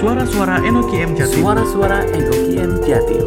Suara-suara Enoki M Jatim. Suara-suara Enoki M Jatim.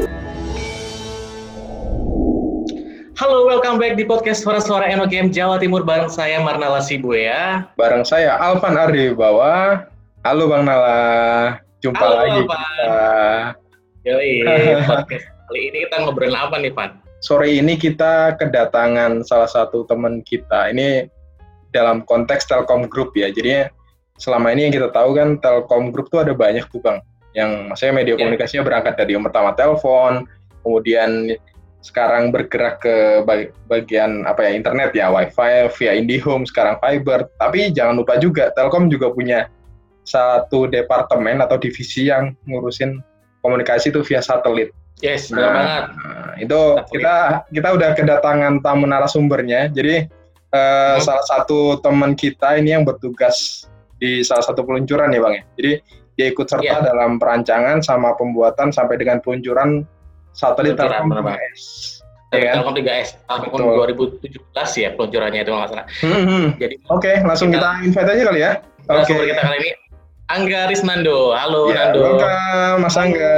Halo, welcome back di podcast Suara-suara Enoki M Jawa Timur bareng saya Marnala Sibuya. Bareng saya Alvan Ardi Bawa. Halo Bang Nala, jumpa Halo, lagi Alvan. kita. Yoi, podcast kali ini kita ngobrolin apa nih, Van? Sore ini kita kedatangan salah satu teman kita. Ini dalam konteks Telkom Group ya. Jadi selama ini yang kita tahu kan Telkom Group tuh ada banyak tuh Bang. Yang maksudnya media komunikasinya berangkat dari yang pertama telepon, kemudian sekarang bergerak ke bagian internet ya, WiFi via IndiHome, sekarang fiber. Tapi jangan lupa juga Telkom juga punya satu departemen atau divisi yang ngurusin komunikasi itu via satelit. Yes, benar banget. Itu kita udah kedatangan tamu narasumbernya. Jadi salah satu teman kita ini yang bertugas di salah satu peluncuran ya Bang ya. Jadi dia ikut serta dalam perancangan sama pembuatan sampai dengan peluncuran satelit Telkom 3S. Telkom 3S tahun 2017 ya peluncurannya itu nggak salah. Jadi Oke, langsung kita invite aja kali ya. Narasumber kita kali ini Angga Risnando. Halo Nando. Welcome Mas Angga.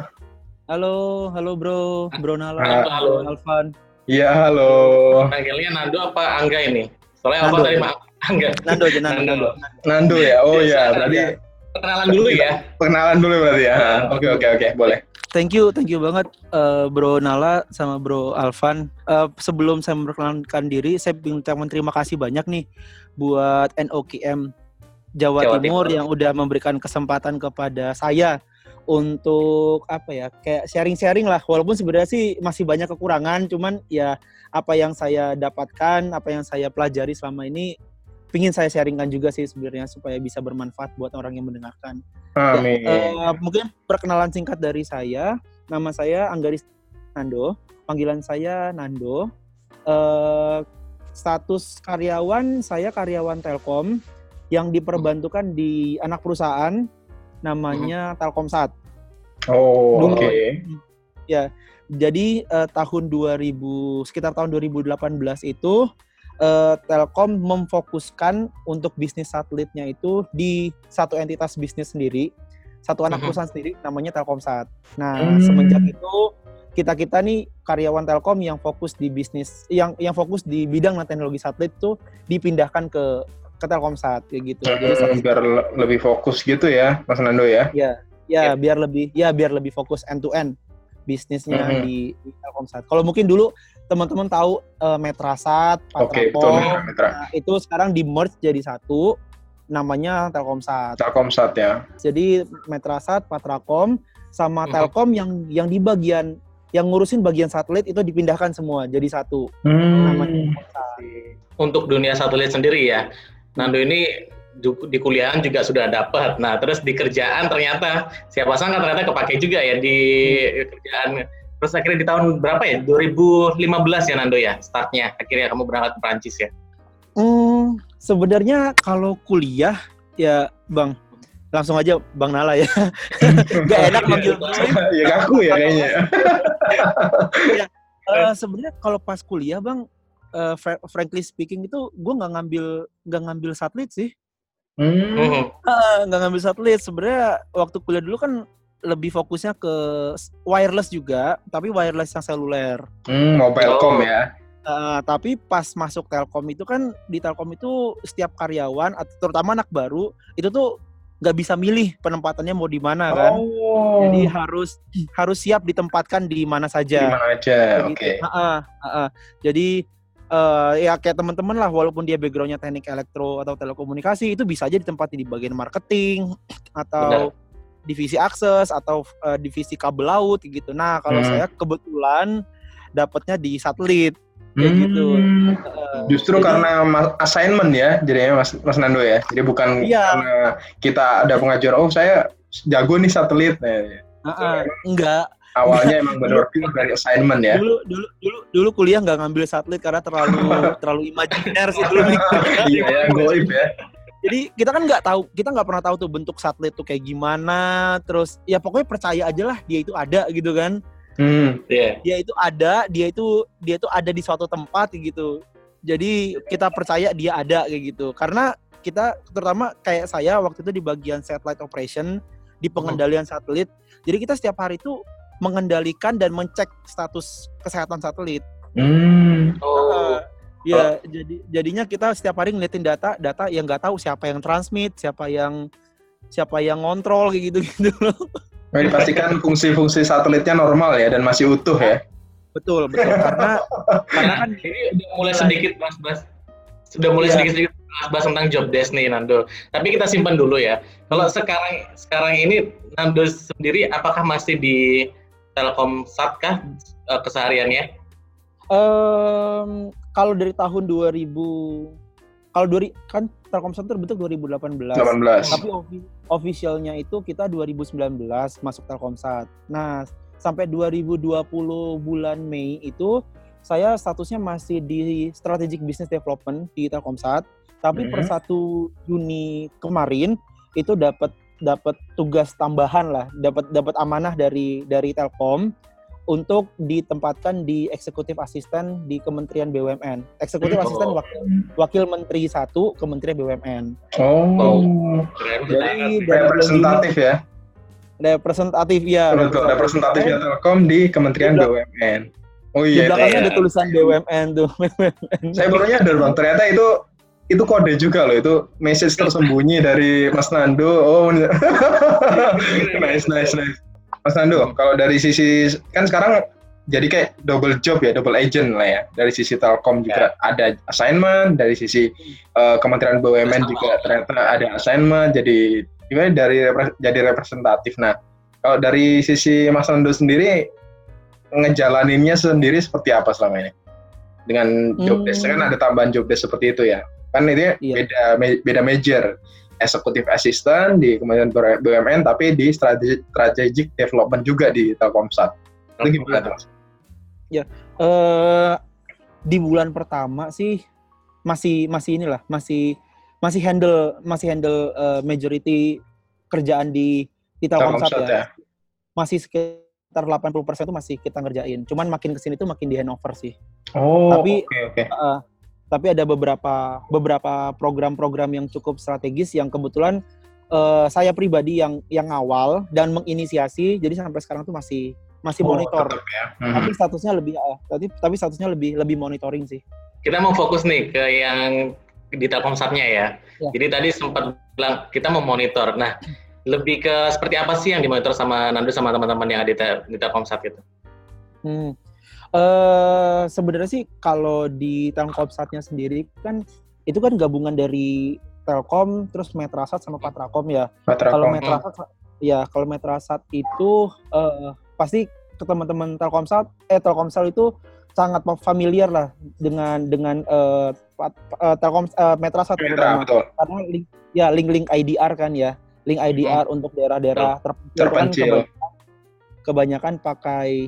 Halo bro Nala, Halo. Alvan. Iya, halo. Panggilnya Nando apa Angga ini? Soalnya apa Nando. tadi Angga? Nando aja Nando. Nando ya. Oh iya, berarti Perkenalan dulu ya. perkenalan dulu berarti ya. Oke, boleh. Thank you banget bro Nala sama bro Alvan. Sebelum saya memperkenalkan diri, saya ingin terima kasih banyak nih buat NOKM Jawa Timur yang udah memberikan kesempatan kepada saya untuk kayak sharing-sharing lah, walaupun sebenarnya sih masih banyak kekurangan, cuman ya apa yang saya dapatkan, apa yang saya pelajari selama ini pingin saya sharingkan juga sih sebenarnya supaya bisa bermanfaat buat orang yang mendengarkan. Amin. Mungkin perkenalan singkat dari saya, nama saya Angga Risnando, panggilan saya Nando. Status karyawan, saya karyawan Telkom yang diperbantukan di anak perusahaan namanya Telkomsat. Oh, oke. Ya, jadi sekitar tahun 2018 itu Telkom memfokuskan untuk bisnis satelitnya itu di satu entitas bisnis sendiri, satu anak perusahaan sendiri namanya Telkomsat. Nah, semenjak itu kita nih karyawan Telkom yang fokus di bisnis, yang fokus di bidang teknologi satelit tuh dipindahkan ke Telkomsat kayak gitu. Jadi biar lebih fokus gitu ya, Mas Nando ya. Ya, biar lebih fokus end to end bisnisnya di Telkomsat. Kalau mungkin dulu teman-teman tahu Metrasat, Patrapom. Oke, betul, Metra. Nah, itu sekarang di merge jadi satu, namanya Telkomsat. Telkomsat ya. Jadi Metrasat, Patrapom sama Telkom yang di bagian yang ngurusin bagian satelit itu dipindahkan semua jadi satu. Namanya Telkomsat. Untuk dunia satelit sendiri ya, Nando ini di kuliahan juga sudah dapat. Nah, terus di kerjaan ternyata siapa sangka ternyata kepake juga ya di kerjaan. Terus akhirnya di tahun berapa ya? 2015 ya Nando ya startnya. Akhirnya kamu berangkat ke Prancis ya. Sebenarnya kalau kuliah ya Bang, langsung aja Bang Nala ya. Gak enak manggil Ya kaku ya kayaknya. Sebenarnya kalau pas kuliah Bang, frankly speaking itu gue nggak ngambil satelit sih. Nggak ngambil satelit. Sebenarnya waktu kuliah dulu kan lebih fokusnya ke wireless juga, tapi wireless yang seluler. Mobilecom ya. Tapi pas masuk Telkom itu kan, di Telkom itu setiap karyawan, terutama anak baru, itu tuh nggak bisa milih penempatannya mau di mana kan. Jadi harus siap ditempatkan di mana saja. Di mana aja, oke. Jadi ya kayak teman-teman lah, walaupun dia backgroundnya teknik elektro atau telekomunikasi, itu bisa aja ditempati di bagian marketing atau divisi akses atau divisi kabel laut gitu. Nah, kalau saya kebetulan dapatnya di satelit kayak gitu. Justru karena assignment ya, jadinya Mas Nando ya. Jadi bukan karena kita ada pengajuan, saya jago nih satelit. Enggak. Awalnya emang benar dari assignment ya. Dulu kuliah nggak ngambil satelit karena terlalu imajiner sih dulu. Iya, goib ya. Jadi kita kan nggak pernah tahu tuh bentuk satelit tuh kayak gimana. Terus ya pokoknya percaya aja lah dia itu ada gitu kan. Dia itu ada di suatu tempat gitu. Jadi kita percaya dia ada kayak gitu. Karena kita terutama kayak saya waktu itu di bagian satellite operation, di pengendalian satelit. Jadi kita setiap hari itu mengendalikan dan mencek status kesehatan satelit. Ya, jadinya kita setiap hari ngeliatin data yang nggak tahu siapa yang transmit, siapa yang ngontrol kayak gitu loh. Dipastikan fungsi-fungsi satelitnya normal ya dan masih utuh ya. Betul karena kan ini udah mulai sedikit bahas sedikit bahas tentang job desk nih Nando. Tapi kita simpan dulu ya. Kalau sekarang ini Nando sendiri apakah masih di Telkomsat kah kesehariannya? Kalau dari tahun 2000 kan Telkomsat terbentuk 2018. Tapi officialnya itu kita 2019 masuk Telkomsat. Nah, sampai 2020 bulan Mei itu saya statusnya masih di Strategic Business Development di Telkomsat. Tapi per 1 Juni kemarin itu dapat tugas tambahan lah, dapat amanah dari Telkom untuk ditempatkan di eksekutif asisten di Kementerian BUMN. Eksekutif asisten wakil menteri 1 Kementerian BUMN. Jadi representatif ya. Representatif ya. Representatifnya Telkom di Kementerian BUMN. Oh iya. Di belakangnya ada tulisan BUMN tuh. Saya baru nyadar Bang, ternyata itu kode juga loh, itu message tersembunyi dari Mas Nando. Nice. Mas Nando, kalau dari sisi kan sekarang jadi kayak double job ya, double agent lah ya. Dari sisi Telkom juga ada assignment, dari sisi Kementerian BUMN juga ternyata ada assignment. Jadi gimana jadi representatif. Nah, kalau dari sisi Mas Nando sendiri ngejalaninnya sendiri seperti apa selama ini? Dengan job desk kan ada tambahan job desk seperti itu ya. Kan ini beda major. Executive Assistant di Kementerian BUMN tapi di Strategic Development juga di Telkomsat. Itu gimana Mas? Ya, di bulan pertama sih masih handle majority kerjaan di Telkomsat ya. Masih sekitar 80% itu masih kita ngerjain. Cuman makin kesini tuh makin di handover sih. Oke. Tapi ada beberapa program-program yang cukup strategis yang kebetulan saya pribadi yang ngawal dan menginisiasi, jadi sampai sekarang tuh masih monitor. Ya. Tapi statusnya lebih monitoring sih. Kita mau fokus nih ke yang di Telkomsatnya ya. Jadi tadi sempat bilang kita mau monitor. Nah, lebih ke seperti apa sih yang dimonitor sama Nando sama teman-teman yang ada di Telkomsat gitu? Sebenarnya sih kalau di Telkomsatnya sendiri kan itu kan gabungan dari Telkom terus Metrasat sama Patrakom ya. Kalau Metrasat itu pasti ke teman-teman Telkomsel itu sangat familiar lah dengan Metrasat terutama. Karena link IDR kan ya. Link IDR untuk daerah-daerah terpencil. Kebanyakan pakai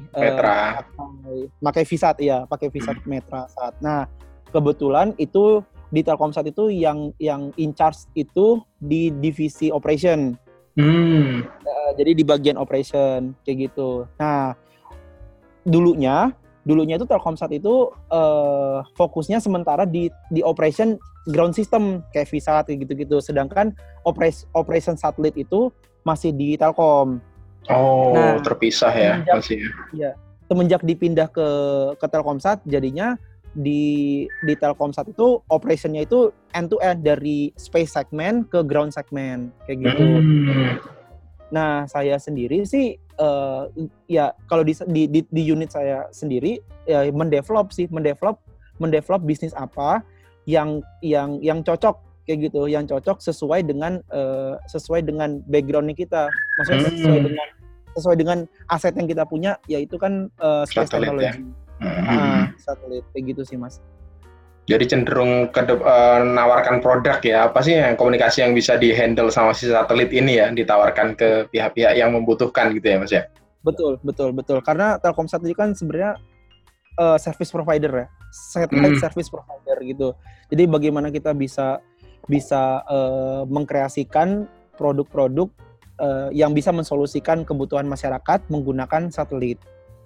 Visat ya, pakai Visat Metrasat. Nah, kebetulan itu di Telkomsat itu yang in charge itu di divisi operation. Jadi di bagian operation kayak gitu. Nah, dulunya itu Telkomsat itu fokusnya sementara di operation ground system kayak Visat kayak gitu-gitu. Sedangkan operation satelit itu masih di Telkom. Terpisah ya masih. Ya, semenjak dipindah ke Telkomsat, jadinya di Telkomsat itu operationnya itu end to end dari space segment ke ground segment kayak gitu. Nah, saya sendiri sih ya kalau di unit saya sendiri ya mendevelop bisnis apa yang cocok kayak gitu, yang cocok sesuai dengan backgroundnya kita, maksudnya sesuai dengan aset yang kita punya, yaitu kan space technology, satelit kayak gitu sih Mas. Jadi cenderung menawarkan produk ya, apa sih yang komunikasi yang bisa di-handle sama si satelit ini ya, ditawarkan ke pihak-pihak yang membutuhkan gitu ya Mas ya? Betul. Karena Telkomsat itu kan sebenarnya service provider ya, satellite service provider gitu. Jadi bagaimana kita bisa mengkreasikan produk-produk yang bisa mensolusikan kebutuhan masyarakat menggunakan satelit.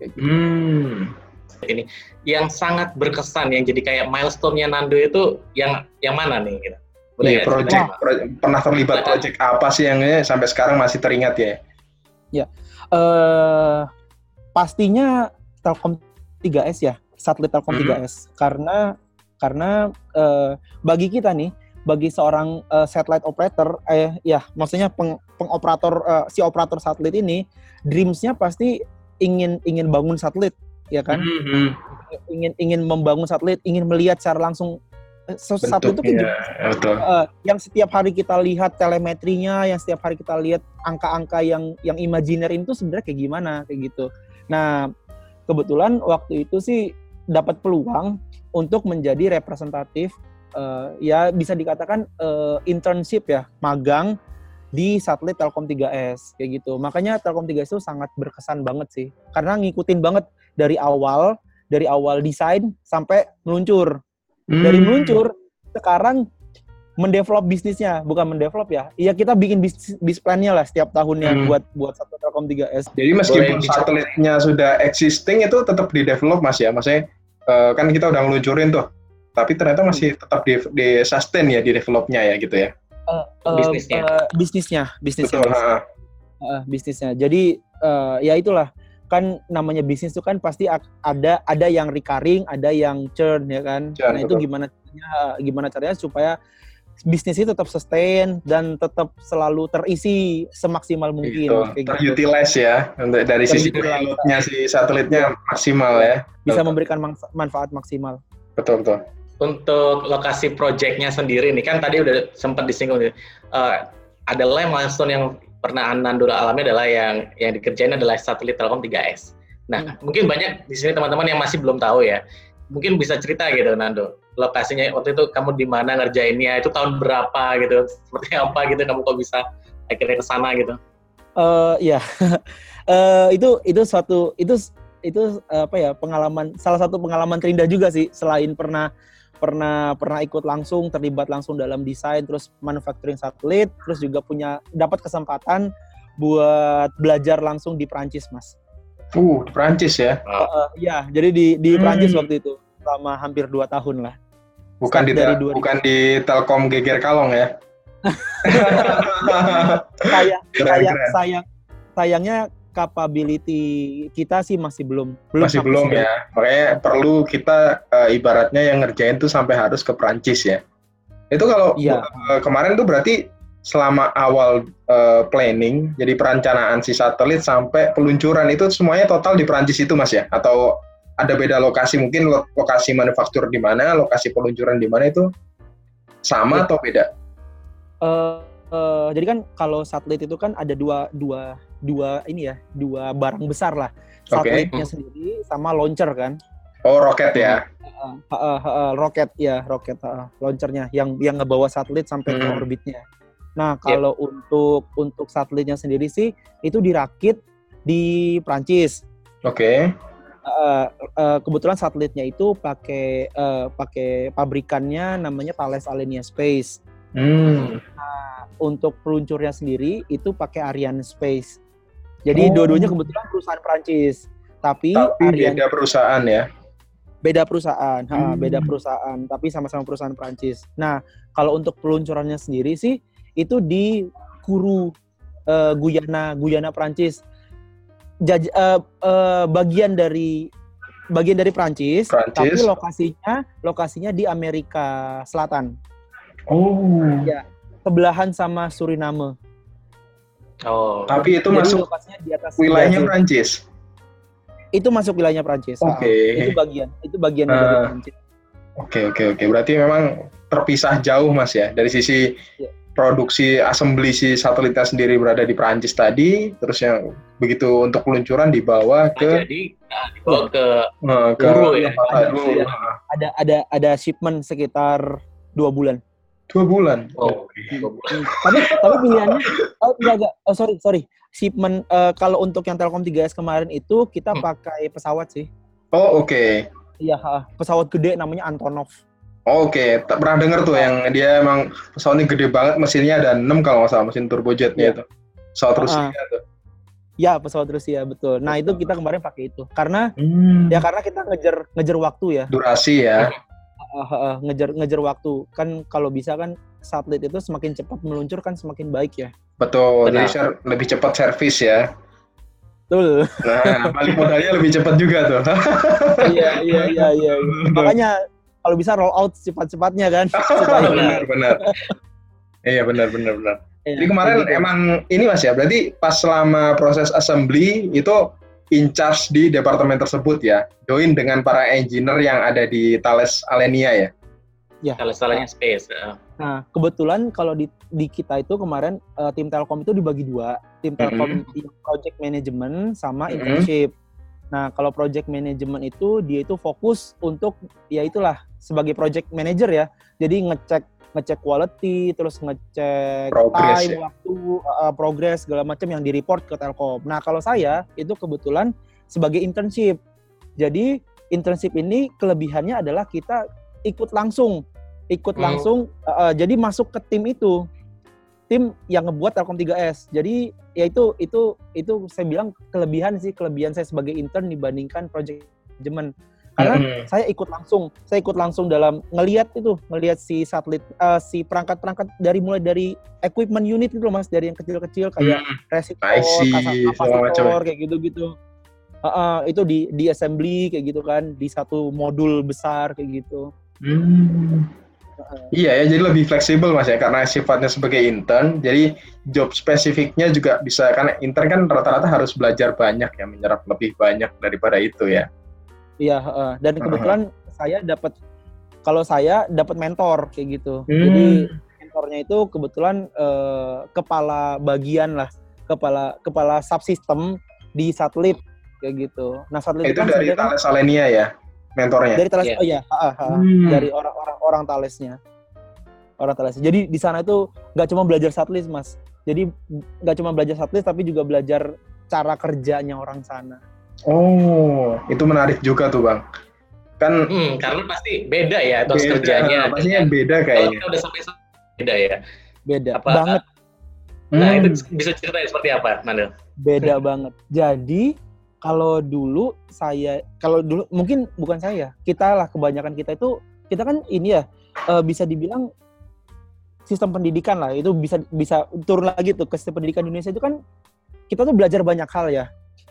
Ini yang sangat berkesan, yang jadi kayak milestone-nya Nando itu yang mana nih? Gitu? Boleh Iya, nggak ceritain, Mas? pernah terlibat project apa sih yang ini sampai sekarang masih teringat ya? Pastinya Telkom 3S ya, satelit Telkom 3S. Karena bagi kita nih, bagi seorang satellite operator, maksudnya pengoperator si operator satelit ini, dreams-nya pasti ingin bangun satelit, ya kan? Ingin membangun satelit, ingin melihat secara langsung satelit itu kayak gimana? Betul. Yang setiap hari kita lihat telemetrinya, yang setiap hari kita lihat angka-angka yang imajiner itu sebenarnya kayak gimana, kayak gitu. Nah, kebetulan waktu itu sih dapat peluang untuk menjadi representatif, ya bisa dikatakan internship ya, magang di satelit Telkom 3S kayak gitu. Makanya Telkom 3S itu sangat berkesan banget sih, karena ngikutin banget dari awal desain sampai meluncur. Dari meluncur sekarang mendevelop bisnisnya, bukan mendevelop ya. Iya, kita bikin bis plan-nya lah setiap tahunnya buat satu Telkom 3S. Jadi meskipun satelitnya sudah existing itu tetap di-develop Mas ya. Maksudnya kan kita udah ngeluncurin tuh. Tapi ternyata masih tetap di sustain ya, di developnya ya gitu ya. Bisnisnya. Betul, Bisnisnya. Jadi ya itulah, kan namanya bisnis itu kan pasti ada yang recurring, ada yang churn ya kan. Nah, itu gimana caranya supaya bisnis itu tetap sustain dan tetap selalu terisi semaksimal mungkin. Gitu. Terutilize ya, dari sisi payload-nya si satelitnya maksimal ya. Bisa memberikan manfaat maksimal. Betul. Untuk lokasi proyeknya sendiri nih, kan tadi udah sempat disinggung, adalah milestone yang pernah Nando alami adalah yang dikerjain adalah satelit Telkom 3S. Nah, mungkin banyak di sini teman-teman yang masih belum tahu ya. Mungkin bisa cerita gitu, Nando. Lokasinya waktu itu kamu di mana ngerjainnya, itu tahun berapa gitu, seperti apa gitu, kamu kok bisa akhirnya ke sana gitu. Itu apa ya, salah satu pengalaman terindah juga sih, selain pernah ikut langsung, terlibat langsung dalam desain, terus manufacturing satelit, terus juga dapat kesempatan buat belajar langsung di Prancis, Mas. Di Prancis ya? Iya, jadi di Prancis waktu itu selama hampir 2 tahun lah. Bukan di Telkom Geger Kalong ya? Sayangnya capability kita sih masih belum ya. Makanya perlu kita ibaratnya yang ngerjain tuh sampai harus ke Prancis ya. Itu kalau kemarin tuh berarti selama awal planning, jadi perencanaan si satelit sampai peluncuran itu semuanya total di Prancis itu Mas ya? Atau ada beda lokasi, mungkin lokasi manufaktur di mana, lokasi peluncuran di mana, itu sama atau beda? Jadi kan kalau satelit itu kan ada dua barang besar lah, satelitnya sendiri sama launcher kan. Roket ya. Roket, launchernya yang ngebawa satelit sampai ke orbitnya. Nah, kalau untuk satelitnya sendiri sih itu dirakit di Prancis. Kebetulan satelitnya itu pakai pabrikannya namanya Thales Alenia Space. Nah, untuk peluncurnya sendiri itu pakai Ariane Space. Jadi dua-duanya kebetulan perusahaan Prancis, tapi beda perusahaan ya. Beda perusahaan, tapi sama-sama perusahaan Prancis. Nah, kalau untuk peluncurannya sendiri sih itu di Kourou, Guyana Prancis. Bagian dari Prancis, tapi lokasinya di Amerika Selatan. Ya, sebelahan sama Suriname. Tapi itu jadi masuk wilayahnya Prancis. Itu masuk wilayahnya Prancis. Itu bagian dari Prancis. Oke. Berarti memang terpisah jauh Mas ya, dari sisi produksi assembly si satelitnya sendiri berada di Prancis tadi, terus yang begitu untuk peluncuran dibawa ke Kourou ya. Ada shipment sekitar 2 bulan. 2 bulan. Tapi pilihannya sorry. Shipment kalau untuk yang Telkom 3S kemarin itu kita pakai pesawat sih. Iya, pesawat gede namanya Antonov. Tak pernah dengar tuh yang dia emang pesawatnya gede banget, mesinnya ada 6 kalau nggak salah, mesin turbojetnya itu. Pesawat Rusia tuh. Ya, pesawat Rusia, betul. Nah, itu kita kemarin pakai itu. Karena kita ngejar waktu ya. Durasi ya. Ngejar waktu. Kan kalau bisa kan satelit itu semakin cepat meluncur kan semakin baik ya. Betul, Benar. jadi lebih cepat servis ya. Betul. Nah, balik modalnya lebih cepat juga tuh. Iya. Makanya kalau bisa roll out cepat-cepatnya kan supaya Benar. Iya, benar. ya, Jadi kemarin kayak gitu. emang ini Mas ya, berarti pas selama proses assembly itu in charge di departemen tersebut ya, join dengan para engineer yang ada di Thales Alenia ya. Ya. Kalau salahnya space. Nah, kebetulan kalau di kita itu kemarin tim Telkom itu dibagi dua, tim Telkom yang project management sama internship. Nah, kalau project management itu dia itu fokus untuk ya itulah sebagai project manager ya. Jadi ngecek quality, terus ngecek Progress, time, ya. waktu, progress segala macam yang di-report ke Telkom. Nah, kalau saya itu kebetulan sebagai internship. Jadi internship ini kelebihannya adalah kita ikut langsung, jadi masuk ke tim tim yang ngebuat Telkom 3S. Jadi ya itu saya bilang kelebihan saya sebagai intern dibandingkan project management. Karena saya ikut langsung dalam ngelihat si satelit, si perangkat-perangkat mulai dari equipment unit itu Mas, dari yang kecil-kecil kayak resistor, kapasitor kayak gitu-gitu. Itu di assembly kayak gitu kan, di satu modul besar kayak gitu. Iya ya, jadi lebih fleksibel Mas ya, karena sifatnya sebagai intern, jadi job spesifiknya juga bisa, karena intern kan rata-rata harus belajar banyak ya, menyerap lebih banyak daripada itu ya. Iya, dan kebetulan saya dapat mentor kayak gitu. Jadi mentornya itu kebetulan kepala bagian lah, kepala subsystem di satelit kayak gitu. Nah, satelit itu kan dari Thales Alenia ya, mentornya. dari Thales, Yeah. dari orang Thalesnya. Orang Thales. Jadi di sana itu nggak cuma belajar satelit, Mas. Jadi nggak cuma belajar satelit, tapi juga belajar cara kerjanya orang sana. Oh, itu menarik juga tuh Bang. Kan Karena pasti beda ya tos kerjanya. Pastinya beda Kalau kayaknya. kita udah sampai sana, beda ya. Beda banget. Nah, itu bisa ceritain seperti apa, Mandel? Beda banget. Jadi kalau dulu mungkin bukan saya, kita lah, kebanyakan kita kan ini ya, bisa dibilang sistem pendidikan lah, itu bisa turun lagi tuh ke sistem pendidikan di Indonesia itu kan kita tuh belajar banyak hal ya.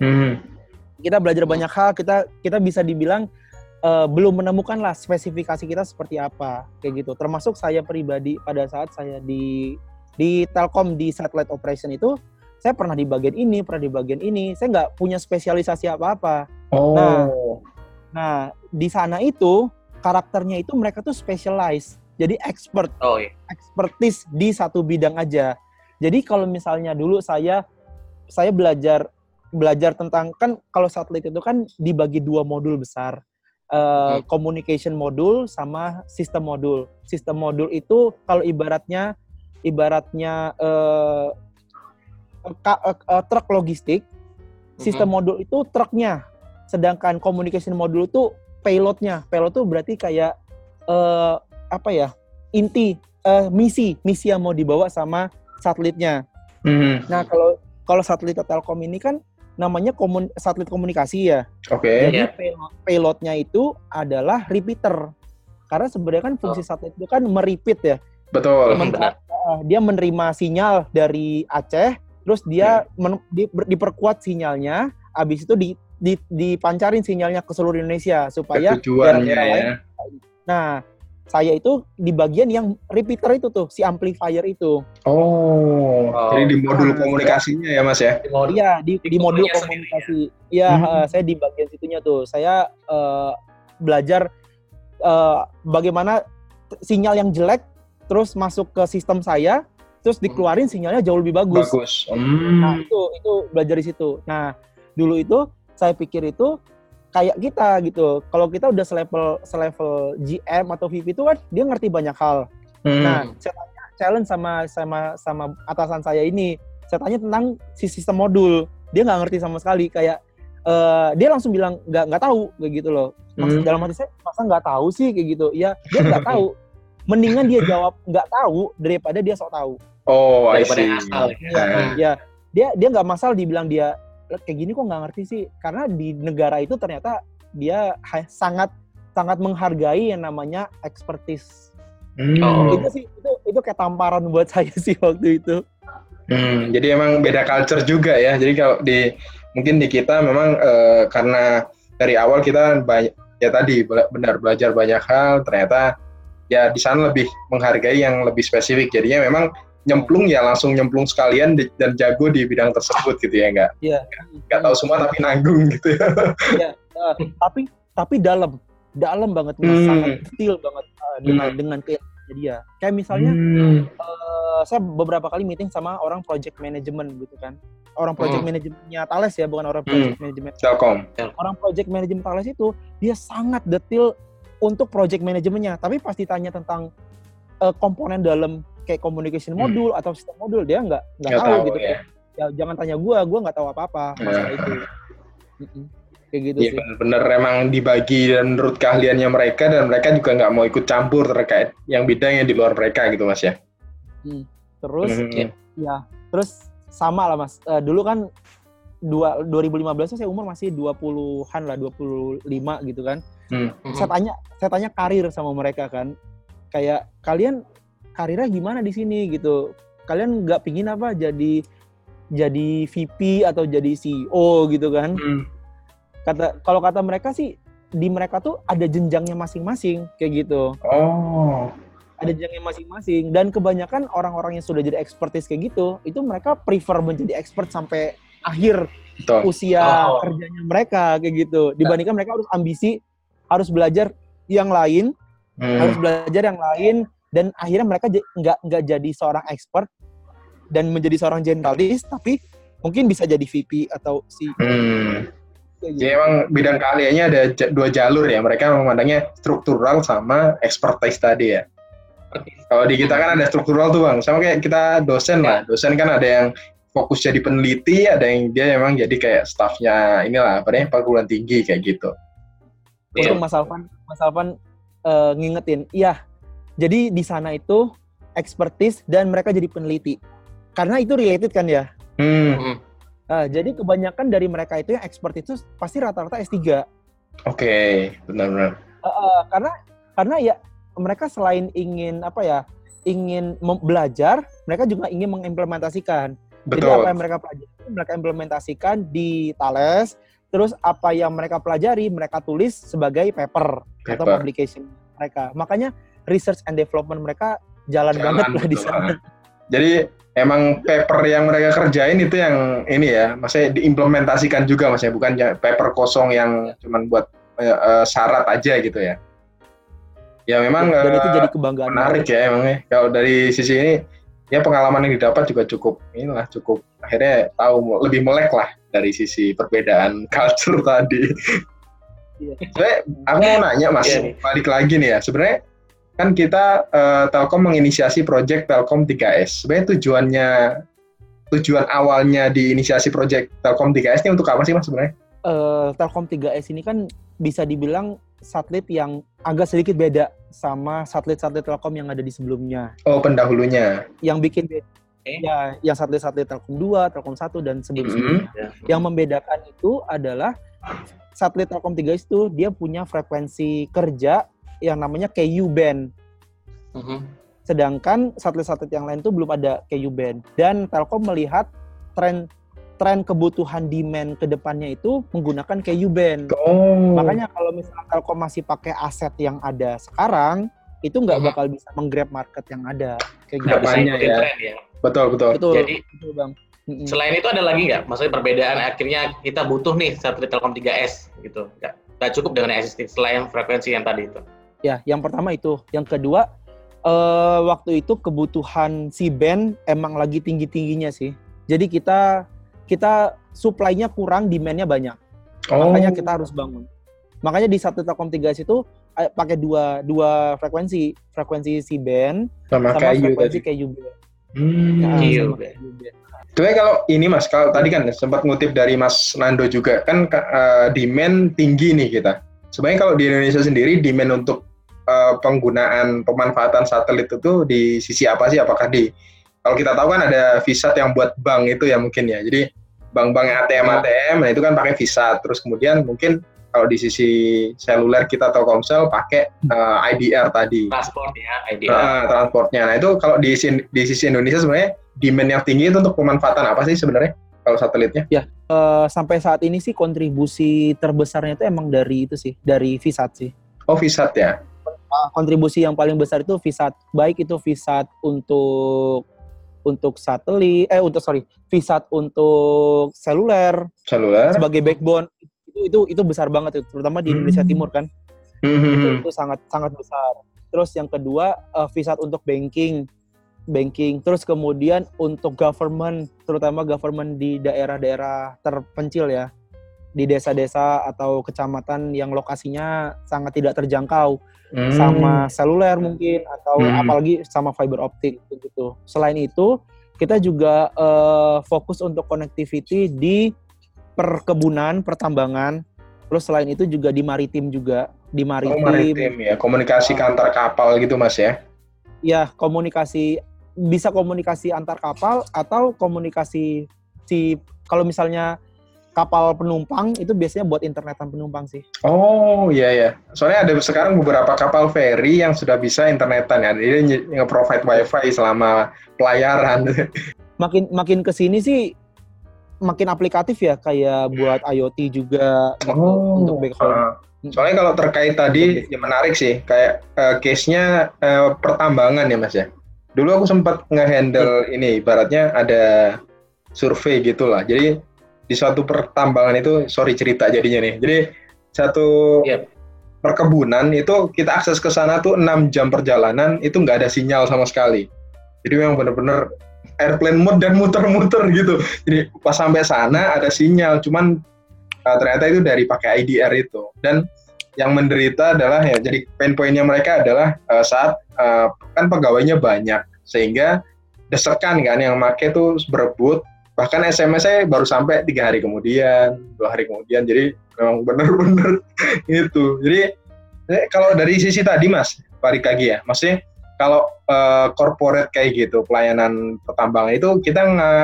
Kita belajar banyak hal, kita bisa dibilang belum menemukan lah spesifikasi kita seperti apa kayak gitu. Termasuk saya pribadi pada saat saya di Telkom di satellite operation itu, saya pernah di bagian ini, saya nggak punya spesialisasi apa-apa. Nah di sana itu karakternya itu mereka tuh specialize, jadi expertise di satu bidang aja. Jadi kalau misalnya dulu saya belajar tentang, kan kalau satelit itu kan dibagi dua modul besar, communication modul sama sistem modul. Sistem modul itu kalau ibaratnya truk logistik, sistem modul itu truknya, sedangkan communication modul itu payloadnya. Payload itu berarti kayak misi yang mau dibawa sama satelitnya. Nah kalau satelit Telkom ini kan namanya satelit komunikasi ya. Jadi payloadnya itu adalah repeater. Karena sebenarnya kan fungsi satelit itu kan merepeat ya. Betul. Dia menerima sinyal dari Aceh, terus dia diperkuat sinyalnya, habis itu dipancarin sinyalnya ke seluruh Indonesia supaya daerah lain. Nah, saya itu di bagian yang repeater itu tuh, si amplifier itu. Jadi di modul komunikasinya ya Mas ya? Iya, di modul komunikasi. Iya, saya di bagian situnya tuh. Saya belajar bagaimana sinyal yang jelek terus masuk ke sistem saya, terus dikeluarin sinyalnya jauh lebih bagus. Nah, itu belajar di situ. Nah, dulu itu saya pikir itu kayak kita gitu. Kalau kita udah selevel GM atau VP itu kan dia ngerti banyak hal. Nah, saya tanya challenge sama atasan saya ini. Saya tanya tentang si sistem modul. Dia nggak ngerti sama sekali. Kayak dia langsung bilang nggak tahu kayak gitu loh. Dalam hati saya, masa nggak tahu sih kayak gitu. Ya, dia nggak tahu. Mendingan dia jawab nggak tahu daripada dia sok tahu. Daripada asal. Ya, dia nggak masalah dibilang dia kayak gini kok nggak ngerti sih, karena di negara itu ternyata dia sangat menghargai yang namanya expertise Oh. Itu sih itu kayak tamparan buat saya sih waktu itu. Jadi emang beda culture juga ya. Jadi kalau mungkin di kita memang karena dari awal kita banyak ya tadi benar belajar banyak hal, ternyata ya di sana lebih menghargai yang lebih spesifik. Jadinya memang nyemplung ya langsung nyemplung sekalian dan jago di bidang tersebut gitu ya, Iya. Nggak tahu semua tapi nanggung gitu ya. Iya, tapi dalam banget Mas, sangat detail banget dengan keilmuannya dia. Kayak misalnya saya beberapa kali meeting sama orang project management gitu kan. Orang project manajemennya Thales ya, bukan orang project manajemen Telkom. Orang project manajemen Thales itu dia sangat detail untuk project manajemennya, tapi pasti tanya tentang komponen dalam kayak communication module atau sistem modul dia nggak tahu gitu ya. Ya jangan tanya gue nggak tahu apa-apa masalah itu. Kayak gitu sih. Bener emang dibagi dan menurut keahliannya mereka dan mereka juga nggak mau ikut campur terkait yang bidang yang di luar mereka gitu Mas ya. Terus terus sama lah Mas. Dulu kan 2015 saya umur masih 20-an lah, 25 gitu kan. Saya tanya karir sama mereka kan. Kayak kalian karirnya gimana di sini gitu. Kalian nggak pingin apa jadi VP atau jadi CEO gitu kan. Kalau kata mereka sih di mereka tuh ada jenjangnya masing-masing kayak gitu. Ada jenjangnya masing-masing dan kebanyakan orang-orang yang sudah jadi expertise kayak gitu, itu mereka prefer menjadi expert sampai akhir usia kerjanya mereka kayak gitu. Dibandingkan mereka harus ambisi, harus belajar yang lain, dan akhirnya mereka nggak jadi seorang expert dan menjadi seorang generalis, tapi mungkin bisa jadi VP atau CEO. Jadi emang bidang keahliannya ada dua jalur ya. Mereka memandangnya struktural sama expertise tadi ya. Kalau di kita kan ada struktural tuh Bang. Sama kayak kita dosen lah. Dosen kan ada yang fokus jadi peneliti, ada yang dia memang jadi kayak staffnya inilah, perguruan tinggi kayak gitu. Untuk Mas Alvan ngingetin, iya. Jadi di sana itu expertise dan mereka jadi peneliti. Karena itu related kan ya. Jadi kebanyakan dari mereka itu yang expert itu pasti rata-rata S3. Oke, benar-benar. Karena ya mereka selain ingin belajar, mereka juga ingin mengimplementasikan. Betul. Jadi apa yang mereka pelajari, mereka implementasikan di Thales. Terus apa yang mereka pelajari, mereka tulis sebagai paper. Atau publication mereka. Makanya research and development mereka jalan banget lah di sana. Jadi emang paper yang mereka kerjain itu yang ini ya, maksudnya diimplementasikan juga Mas ya, bukan paper kosong yang cuman buat syarat aja gitu ya. Ya memang dan itu jadi kebanggaan menarik ya emangnya. Kalau dari sisi ini ya pengalaman yang didapat juga cukup akhirnya tahu lebih melek lah dari sisi perbedaan culture tadi. Sebenarnya aku mau nanya Mas, balik lagi nih ya. Sebenarnya kan kita Telkom menginisiasi proyek Telkom 3S. Sebenarnya tujuan awalnya diinisiasi proyek Telkom 3S ini untuk apa sih Mas sebenarnya? Telkom 3S ini kan bisa dibilang satelit yang agak sedikit beda sama satelit-satelit Telkom yang ada di sebelumnya. Oh, pendahulunya. Yang bikin beda. Ya, yang satelit-satelit Telkom 2, Telkom 1 dan sebelum-sebelumnya. Yang membedakan itu adalah satelit Telkom 3S itu dia punya frekuensi kerja yang namanya Ku-band. Sedangkan satelit-satelit yang lain itu belum ada Ku-band. Dan Telkom melihat tren kebutuhan demand ke depannya itu menggunakan Ku-band. Makanya kalau misalnya Telkom masih pakai aset yang ada sekarang, itu nggak bakal bisa menggrab market yang ada. Kayak nggak bisa ikutin tren ya. Betul. Jadi betul Bang. Selain itu ada lagi nggak? Maksudnya perbedaan akhirnya kita butuh nih satelit Telkom 3S gitu. Nggak cukup dengan existing selain frekuensi yang tadi itu. Ya, yang pertama itu. Yang kedua, waktu itu kebutuhan C-band emang lagi tinggi-tingginya sih. Jadi kita supply-nya kurang, demand-nya banyak. Makanya kita harus bangun. Makanya di satu Telkom 3S itu pakai dua frekuensi C-band sama frekuensi Ku-band. Sebenarnya kalau ini Mas, kalau tadi kan sempat ngutip dari Mas Nando juga, kan demand tinggi nih kita. Sebenarnya kalau di Indonesia sendiri demand untuk penggunaan pemanfaatan satelit itu di sisi apa sih? Apakah kalau kita tahu kan ada VSAT yang buat bank itu ya mungkin ya. Jadi bank-bank ATM, nah itu kan pakai VSAT. Terus kemudian mungkin kalau di sisi seluler kita Telkomsel pakai IDR tadi. Transport ya, IDR. Transportnya. Nah itu kalau di sisi Indonesia sebenarnya demand yang tinggi itu untuk pemanfaatan apa sih sebenarnya kalau satelitnya? Ya, sampai saat ini sih kontribusi terbesarnya itu emang dari itu sih, dari VSAT sih. Oh VSAT ya? Kontribusi yang paling besar itu VSAT, baik itu VSAT untuk satelit, VSAT untuk seluler sebagai backbone itu besar banget itu, terutama di Indonesia Timur kan. Itu sangat sangat besar. Terus yang kedua VSAT untuk banking. Terus kemudian untuk government, terutama government di daerah-daerah terpencil ya, di desa-desa atau kecamatan yang lokasinya sangat tidak terjangkau sama seluler mungkin, atau apalagi sama fiber optik gitu. Selain itu, kita juga fokus untuk connectivity di perkebunan, pertambangan. Terus selain itu juga di maritim juga, di maritim. Oh, maritim ya, komunikasi ke antar kapal gitu Mas ya? Ya, bisa komunikasi antar kapal atau komunikasi kalau misalnya kapal penumpang itu biasanya buat internetan penumpang sih. Oh iya. Soalnya ada sekarang beberapa kapal feri yang sudah bisa internetan ya. Jadi nge-provide wifi selama pelayaran. Makin kesini sih makin aplikatif ya, kayak buat IoT juga untuk background. Soalnya kalau terkait tadi ya menarik sih, kayak case-nya pertambangan ya Mas ya. Dulu aku sempat nge-handle ini, ibaratnya ada survei gitulah. Jadi di suatu pertambangan itu, cerita jadinya nih. Jadi satu perkebunan itu kita akses ke sana tuh 6 jam perjalanan itu nggak ada sinyal sama sekali. Jadi memang benar-benar airplane mode dan muter-muter gitu. Jadi pas sampai sana ada sinyal, cuman ternyata itu dari pakai IDR itu. Dan yang menderita adalah ya, jadi pain point-nya mereka adalah saat kan pegawainya banyak, sehingga desekan kan yang make tuh berebut. Bahkan SMS-nya baru sampai 3 hari kemudian, 2 hari kemudian. Jadi memang benar-benar itu. Jadi kalau dari sisi tadi Mas, balik lagi ya, maksudnya kalau corporate kayak gitu, pelayanan pertambangan itu kita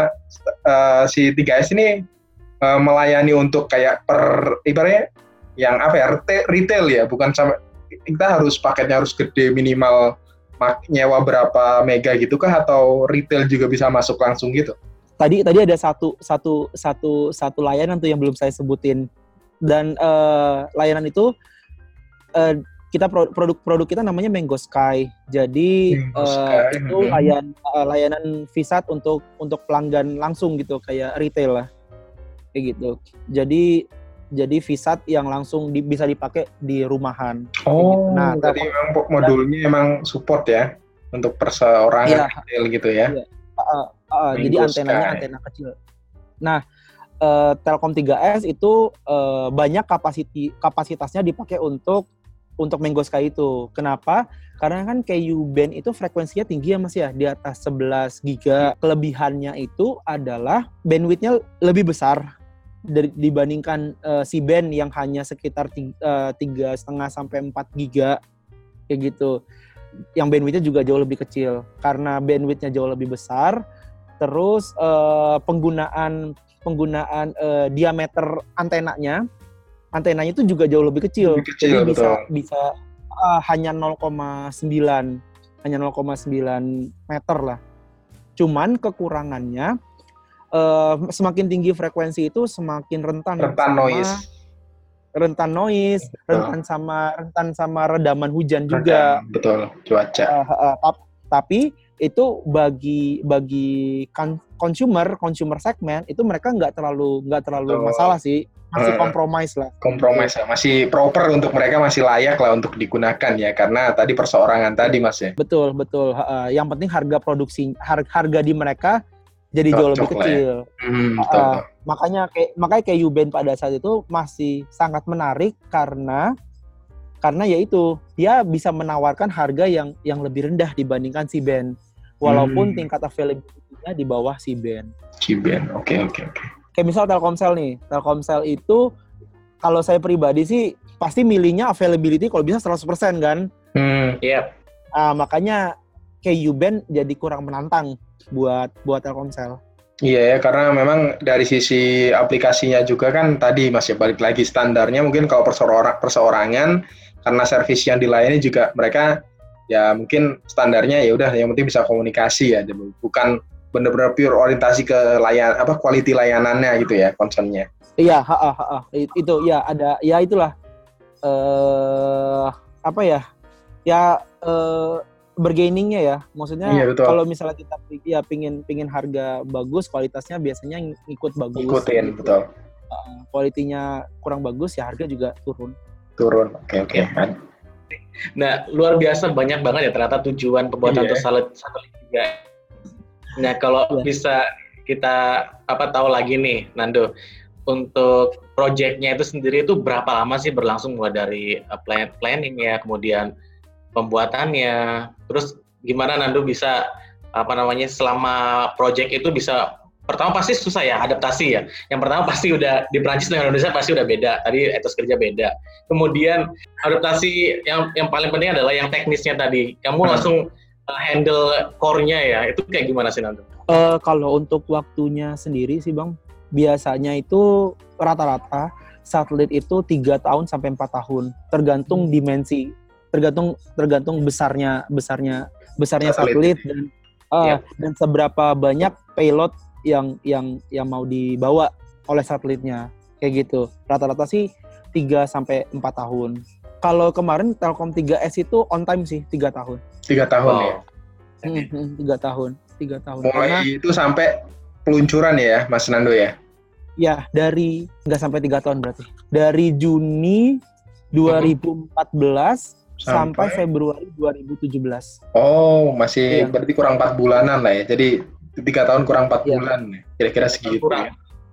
si 3S ini melayani untuk kayak ibaratnya yang apa ya, retail ya, bukan sampai kita paketnya harus gede, minimal nyewa berapa mega gitu kah, atau retail juga bisa masuk langsung gitu? Tadi ada satu layanan tuh yang belum saya sebutin, dan layanan itu kita produk kita namanya Mango Sky. Jadi itu layanan VSAT untuk pelanggan langsung gitu, kayak retail lah kayak gitu. Jadi VSAT yang langsung bisa dipakai di rumahan. Oh, gitu. Nah, jadi memang modulnya emang support ya untuk perseorangan retail gitu ya. Iya. Jadi antenanya antena kecil. Nah, Telkom 3S itu banyak kapasitasnya dipakai untuk Mango Sky itu. Kenapa? Karena kan Ku-band itu frekuensinya tinggi ya Mas ya, di atas 11 giga. Kelebihannya itu adalah bandwidth-nya lebih besar dibandingkan C-band yang hanya sekitar 3,5 sampai 4 giga kayak gitu. Yang bandwidth-nya juga jauh lebih kecil. Karena bandwidth-nya jauh lebih besar, terus penggunaan diameter antenanya itu juga jauh lebih kecil. Jadi bisa hanya 0,9 meter lah. Cuman kekurangannya semakin tinggi frekuensi itu semakin rentan noise, rentan sama redaman hujan juga. Betul, cuaca. Tapi itu bagi consumer segmen itu mereka nggak terlalu masalah sih, masih kompromis lah, masih proper untuk mereka, masih layak lah untuk digunakan ya, karena tadi perseorangan tadi Mas ya. Betul. Yang penting harga di mereka jadi jauh lebih kecil. Makanya Ku-band pada saat itu masih sangat menarik karena yaitu dia bisa menawarkan harga yang lebih rendah dibandingkan C-band, walaupun tingkat availability-nya di bawah C-band. Oke. Kayak misal Telkomsel nih, Telkomsel itu kalau saya pribadi sih pasti milihnya availability kalau bisa 100% kan. Yep. Makanya Ku-band jadi kurang menantang buat Telkomsel. Iya ya, karena memang dari sisi aplikasinya juga kan tadi masih balik lagi standarnya mungkin kalau perseorangan karena servis yang dilayani juga mereka ya mungkin standarnya ya udah yang penting bisa komunikasi ya, bukan benar-benar pure orientasi ke quality layanannya gitu ya concernnya. Iya, itu ya ada ya itulah apa ya? Ya bergainingnya ya, maksudnya Iya, betul. kalau misalnya kita ya pingin harga bagus, kualitasnya biasanya ngikut bagus. Ikutin, betul. Kualitinya kurang bagus ya harga juga turun. Oke. Nah, luar biasa banyak banget ya ternyata tujuan pembuatan satelit juga. Nah, kalau bisa kita tahu lagi nih, Nando, untuk proyeknya itu sendiri itu berapa lama sih berlangsung mulai dari planningnya, kemudian pembuatannya, terus gimana Nando bisa selama proyek itu bisa, pertama pasti susah ya adaptasi ya. Yang pertama pasti udah di Prancis dengan Indonesia pasti udah beda, tadi etos kerja beda. Kemudian adaptasi yang paling penting adalah yang teknisnya tadi. Kamu langsung handle core-nya ya, itu kayak gimana sih Nando? Kalau untuk waktunya sendiri sih Bang, biasanya itu rata-rata satelit itu 3 tahun sampai 4 tahun, tergantung dimensi. Tergantung besarnya satelit dan seberapa banyak payload yang mau dibawa oleh satelitnya, kayak gitu. Rata-rata sih 3 sampai 4 tahun. Kalau kemarin Telkom 3S itu on time sih 3 tahun. 3 tahun ya. 3 tahun. Mulai karena, itu sampai peluncuran ya, Mas Nando ya. Ya, dari nggak sampai 3 tahun berarti. Dari Juni 2014 sampai Februari 2017. Oh, masih berarti kurang 4 bulanan lah ya. Jadi 3 tahun kurang 4 bulan ya. Kira-kira segitu. Kurang.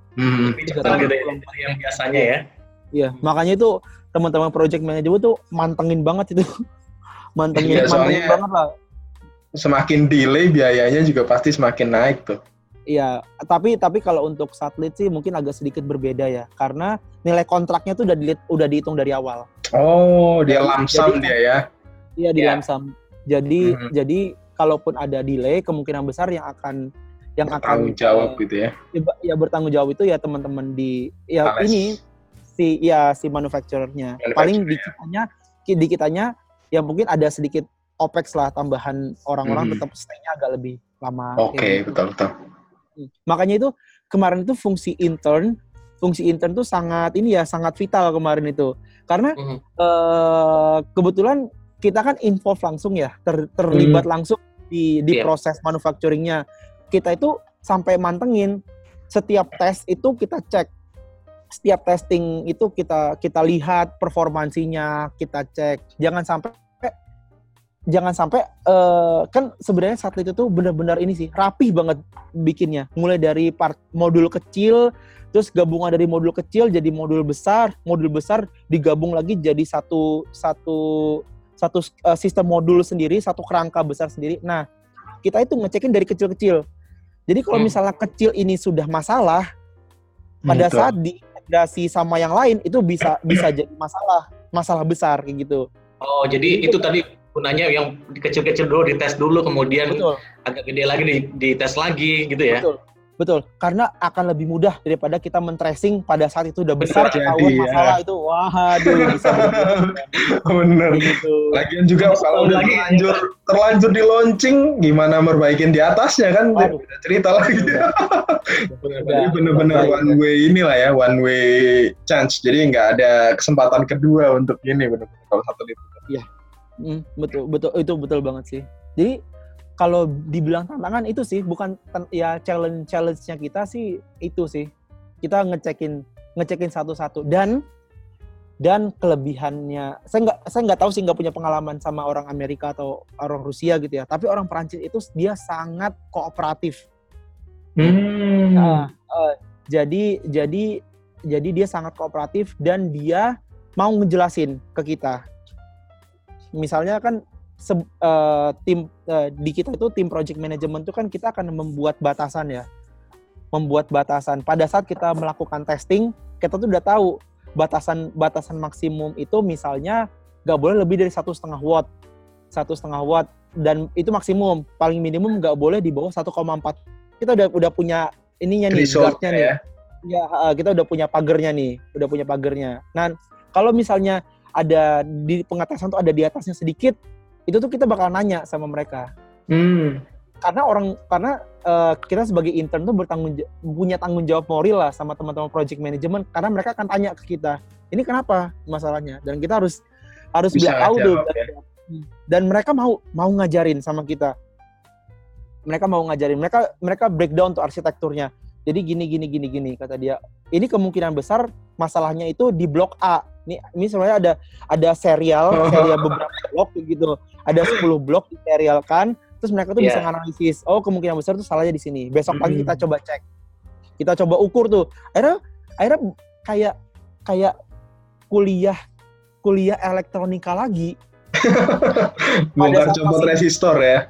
Yang biasanya ya. Iya, makanya itu teman-teman project manager tuh mantengin banget itu. mantengin banget lah. Semakin delay biayanya juga pasti semakin naik tuh. Iya, tapi kalau untuk satelit sih mungkin agak sedikit berbeda ya, karena nilai kontraknya tuh udah dihitung dari awal. Oh, dia lamsam dia ya? Iya, di lamsam. Jadi kalaupun ada delay, kemungkinan besar yang akan bertanggung jawab gitu ya? Ya bertanggung jawab itu ya teman-teman di si manufacturer-nya. Paling di kitanya ya mungkin ada sedikit OPEX lah, tambahan orang-orang tetap stay-nya agak lebih lama. Oke, betul. Makanya itu kemarin itu fungsi intern tuh sangat vital kemarin itu. Karena kebetulan kita kan involve langsung ya, terlibat langsung di proses manufacturing-nya. Kita itu sampai mantengin setiap tes itu kita cek. Setiap testing itu kita lihat performansinya, kita cek. Jangan sampai kan sebenarnya satelit itu benar-benar ini sih rapih banget bikinnya, mulai dari modul kecil, terus gabungan dari modul kecil jadi modul besar digabung lagi jadi satu sistem modul sendiri, satu kerangka besar sendiri. Nah, kita itu ngecekin dari kecil-kecil. Jadi kalau misalnya kecil ini sudah masalah, pada saat diintegrasi sama yang lain itu bisa jadi masalah besar kayak gitu. Oh, jadi itu tadi gunanya yang kecil-kecil dulu dites dulu, kemudian agak gede lagi dites lagi gitu ya. Betul. Karena akan lebih mudah daripada kita men-tracing pada saat itu udah besar ketahuan masalah itu. Waduh, bisa bener. Gitu. Lagian juga kalau udah terlanjur di launching, gimana merbaikin di atasnya kan beda cerita lagi. Jadi bener-bener one way chance. Jadi nggak ada kesempatan kedua untuk ini bener-bener kalau satelit. Iya. Betul itu betul banget sih. Jadi kalau dibilang tantangan itu sih bukan challenge-nya kita sih itu sih. Kita ngecekin satu-satu dan kelebihannya saya nggak tahu sih, nggak punya pengalaman sama orang Amerika atau orang Rusia gitu ya. Tapi orang Perancis itu dia sangat kooperatif. Jadi dia sangat kooperatif dan dia mau ngejelasin ke kita. Misalnya kan di kita itu tim project management itu kan kita akan membuat batasan. Pada saat kita melakukan testing, kita tuh udah tahu batasan maksimum itu misalnya nggak boleh lebih dari 1,5 watt, dan itu maksimum. Paling minimum nggak boleh di bawah 1,4. Kita udah punya ininya nih, Threshold guardnya nih. ya. Ya, kita udah punya pagernya nih, Nah, kalau misalnya ada di pengetesan tuh ada di atasnya sedikit, itu tuh kita bakal nanya sama mereka. Karena kita sebagai intern tuh punya tanggung jawab moral lah sama teman-teman project management, karena mereka akan tanya ke kita, ini kenapa masalahnya, dan kita harus Bisa tahu tuh. jawab, ya. Dan mereka mau ngajarin sama kita. Mereka breakdown tuh arsitekturnya. Jadi gini kata dia. Ini kemungkinan besar masalahnya itu di blok A. Ini sebenarnya ada serial beberapa blok gitu. Ada 10 blok diserialkan, terus mereka tuh bisa nganalisis. Oh, kemungkinan besar tuh salahnya di sini. Besok pagi kita coba cek. Kita coba ukur tuh. Akhirnya kayak kuliah elektronika lagi. Bongkar copot resistor ya.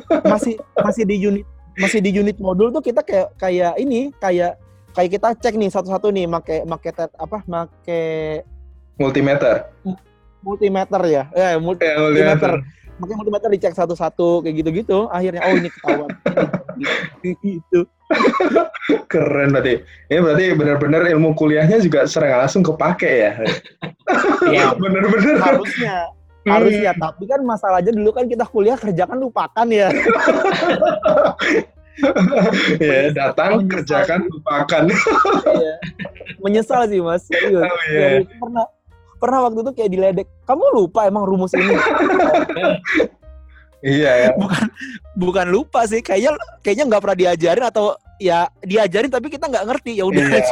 Masih di unit modul tuh kita kayak kita cek nih satu-satu nih make multimeter ya. Multimeter. Pakai multimeter dicek satu-satu kayak gitu-gitu. Akhirnya ini ketahuan. Gitu. Keren berarti. Ini berarti benar-benar ilmu kuliahnya juga secara langsung kepake ya. Iya, benar-benar. Harusnya, tapi kan masalahnya dulu kan kita kuliah kerjakan lupakan ya. Ya, datang kerjakan lupakan. Iya. Menyesal sih Mas. Serius. Oh, yeah. Pernah waktu itu kayak diledek. Kamu lupa emang rumus ini? Iya ya. Bukan lupa sih, kayaknya nggak pernah diajarin atau ya diajarin tapi kita nggak ngerti, ya udah aja.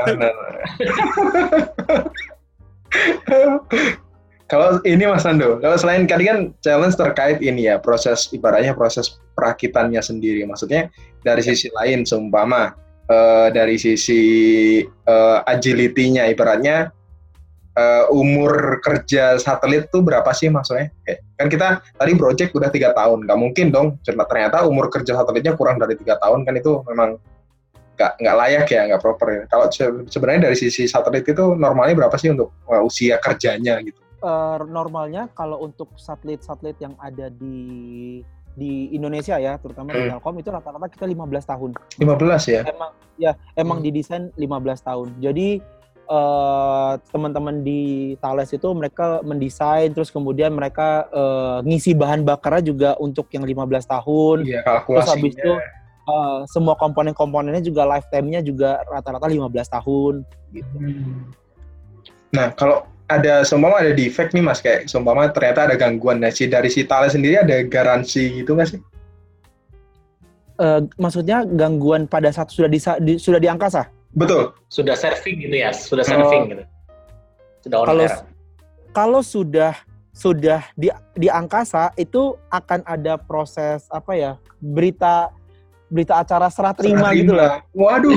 Kalau ini Mas Ando, kalau selain tadi kan challenge terkait ini ya, ibaratnya proses perakitannya sendiri. Maksudnya dari sisi lain, seumpama dari sisi agility-nya, ibaratnya umur kerja satelit tuh berapa sih maksudnya? Kan kita tadi project udah 3 tahun, nggak mungkin dong ternyata umur kerja satelitnya kurang dari 3 tahun, kan itu memang nggak layak ya, nggak proper ya. Kalau sebenarnya dari sisi satelit itu normalnya berapa sih untuk usia kerjanya gitu? Normalnya kalau untuk satelit yang ada di Indonesia ya, terutama di Telkom itu rata-rata kita 15 tahun. 15 ya? Emang didesain 15 tahun. Jadi teman-teman di Thales itu mereka mendesain, terus kemudian mereka ngisi bahan bakarnya juga untuk yang 15 tahun. Iya, kalkulasinya. Terus habis itu semua komponen-komponennya juga lifetime-nya juga rata-rata 15 tahun gitu. Nah, kalau seumpama ada defect nih Mas, kayak seumpama ternyata ada gangguan, nah dari si Thales sendiri ada garansi gitu nggak sih? Maksudnya gangguan pada saat sudah di angkasa? Betul. Sudah serving gitu ya, gitu. Sudah on air. Kalau sudah di angkasa itu akan ada proses berita acara serah terima gitu lah. Waduh.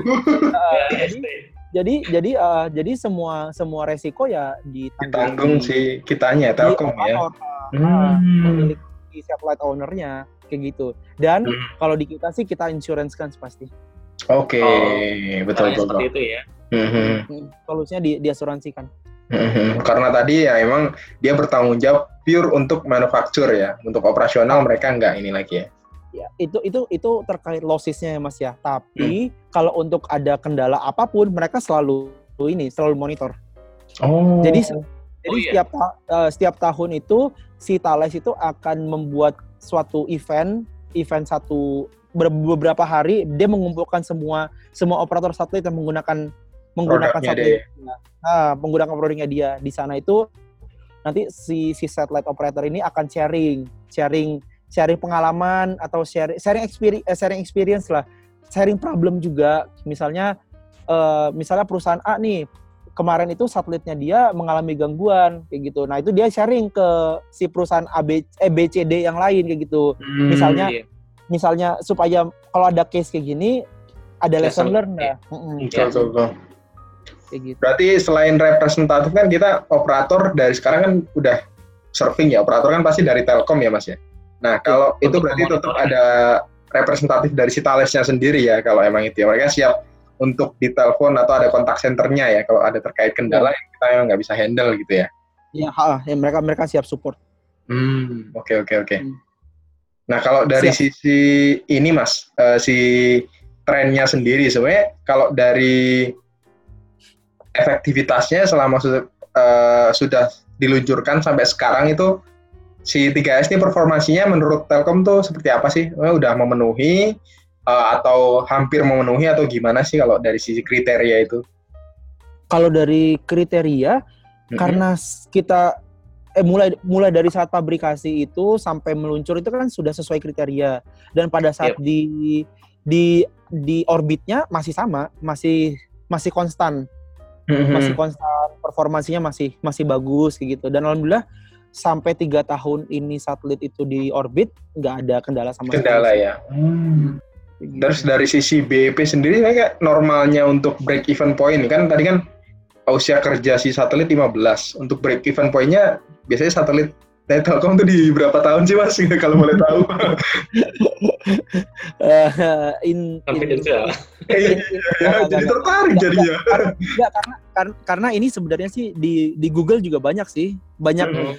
Ya, jadi semua resiko ya ditanggung si kitanya Telkom ya. Pemilik di satellite owner-nya kayak gitu. Dan kalau di kita sih kita insurance kan pasti. Oke, betul. Seperti itu ya. Solusinya diasuransikan. Karena tadi ya emang dia bertanggung jawab pure untuk manufacture ya, untuk operasional mereka nggak ini lagi ya. Ya, itu terkait lossesnya ya Mas ya. Tapi kalau untuk ada kendala apapun mereka selalu monitor. Jadi setiap tahun itu si Thales itu akan membuat suatu event beberapa hari, dia mengumpulkan semua operator satelit yang menggunakan satelit. Menggunakan produknya dia. Di sana itu nanti si satellite operator ini akan sharing pengalaman atau sharing experience lah, sharing problem juga. Misalnya perusahaan A nih kemarin itu satelitnya dia mengalami gangguan kayak gitu. Nah itu dia sharing ke si perusahaan B, C, D yang lain kayak gitu. Misalnya supaya kalau ada case kayak gini ada lesson learn ya. Betul. Kayak gitu. Berarti selain representatif kan kita operator dari sekarang kan udah serving ya. Operator kan pasti dari Telkom ya Mas ya. Nah kalau itu berarti tetap ada representatif dari si Thalesnya sendiri ya, kalau emang itu ya. Mereka siap untuk ditelepon atau ada kontak centernya ya kalau ada terkait kendala yang kita emang nggak bisa handle gitu ya. Ya mereka siap support. Oke. Nah kalau dari sisi ini Mas, si trennya sendiri. Sebenarnya kalau dari efektivitasnya selama sudah diluncurkan sampai sekarang itu si 3S ini performasinya menurut Telkom tuh seperti apa sih? Udah memenuhi atau hampir memenuhi atau gimana sih kalau dari sisi kriteria itu? Kalau dari kriteria, karena kita mulai dari saat pabrikasi itu sampai meluncur itu kan sudah sesuai kriteria, dan pada saat di orbitnya masih sama, masih konstan, masih konstan, performasinya masih bagus kayak gitu. Dan alhamdulillah sampai 3 tahun ini satelit itu di orbit nggak ada kendala sama sekali. Kendala ya. Terus dari sisi BEP sendiri kayak normalnya untuk break even point kan tadi kan usia kerja si satelit 15. Untuk break even point-nya biasanya satelit Telkom tuh di berapa tahun sih Mas kalau boleh tahu? Confidential. Jadi tertarik jadinya. Karena ini sebenarnya sih di Google juga banyak sih, banyak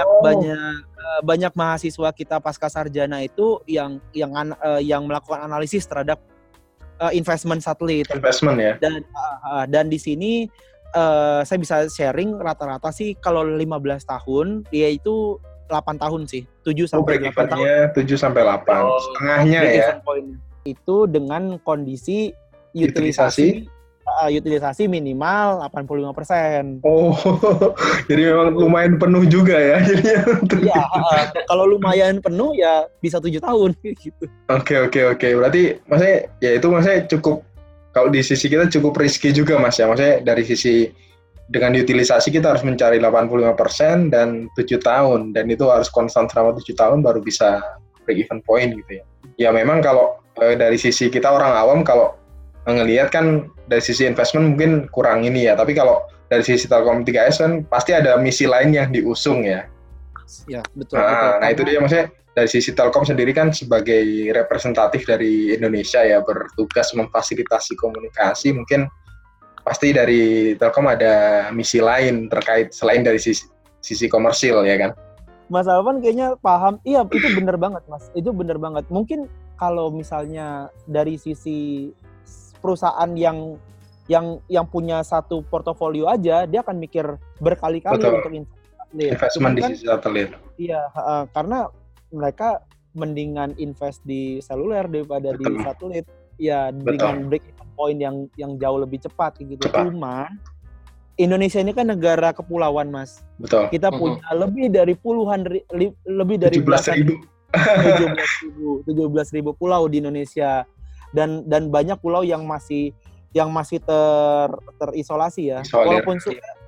mahasiswa kita pasca sarjana itu yang melakukan analisis terhadap investment satelit. Investment ya. Dan di sini saya bisa sharing rata-rata sih kalau 15 tahun yaitu 8 tahun sih, 7 sampai 8 tahun. 7 sampai 8. Setengahnya ya. Itu dengan kondisi utilisasi minimal 85%. Oh, jadi memang lumayan penuh juga ya. Iya, kalau lumayan penuh ya bisa 7 tahun gitu. Oke. Berarti maksudnya cukup, kalau di sisi kita cukup risky juga Mas ya. Maksudnya dari sisi dengan utilisasi kita harus mencari 85% dan 7 tahun. Dan itu harus konstan selama 7 tahun baru bisa break even point gitu ya. Ya memang kalau dari sisi kita orang awam kalau ngelihat kan dari sisi investment mungkin kurang ini ya. Tapi kalau dari sisi Telkom 3S kan pasti ada misi lain yang diusung ya. Ya, betul. Nah itu dia maksudnya dari sisi Telkom sendiri kan sebagai representatif dari Indonesia ya, bertugas memfasilitasi komunikasi, mungkin pasti dari Telkom ada misi lain terkait selain dari sisi komersil ya kan? Mas Alvan kayaknya paham. Iya, itu benar banget Mas. Itu benar banget. Mungkin kalau misalnya dari sisi perusahaan yang punya satu portofolio aja, dia akan mikir berkali-kali untuk investment di sisi satelit. Iya, karena mereka mendingan invest di seluler daripada di satelit. Ya, dengan break even point yang jauh lebih cepat gitu. Cuman Indonesia ini kan negara kepulauan, Mas. Betul. Kita punya lebih dari 17.000 pulau di Indonesia, dan banyak pulau yang masih terisolasi ya. Isolir. Walaupun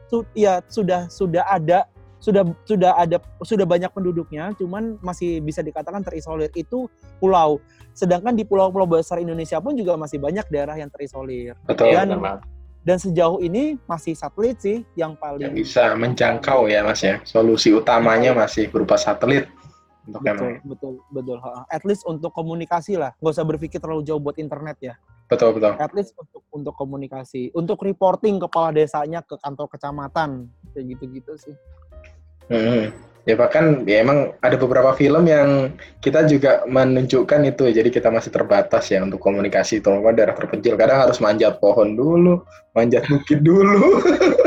sudah banyak penduduknya, cuman masih bisa dikatakan terisolir. Itu pulau. Sedangkan di pulau-pulau besar Indonesia pun juga masih banyak daerah yang terisolir. Betul. Dan sejauh ini masih satelit sih yang paling yang bisa menjangkau ya Mas ya. Solusi utamanya masih berupa satelit. Betul. At least untuk komunikasi lah. Nggak usah berpikir terlalu jauh buat internet ya. Betul. At least untuk komunikasi, untuk reporting kepala desanya ke kantor kecamatan, kayak gitu-gitu sih. Ya bahkan ya emang ada beberapa film yang kita juga menunjukkan itu, jadi kita masih terbatas ya untuk komunikasi, terutama daerah terpencil. Kadang harus manjat pohon dulu, manjat bukit dulu.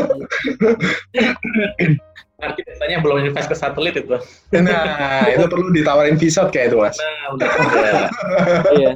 Nanti biasanya belum invest ke satelit itu. Nah, itu perlu ditawarin Vsat kayak itu Mas. Nah, udah. Iya.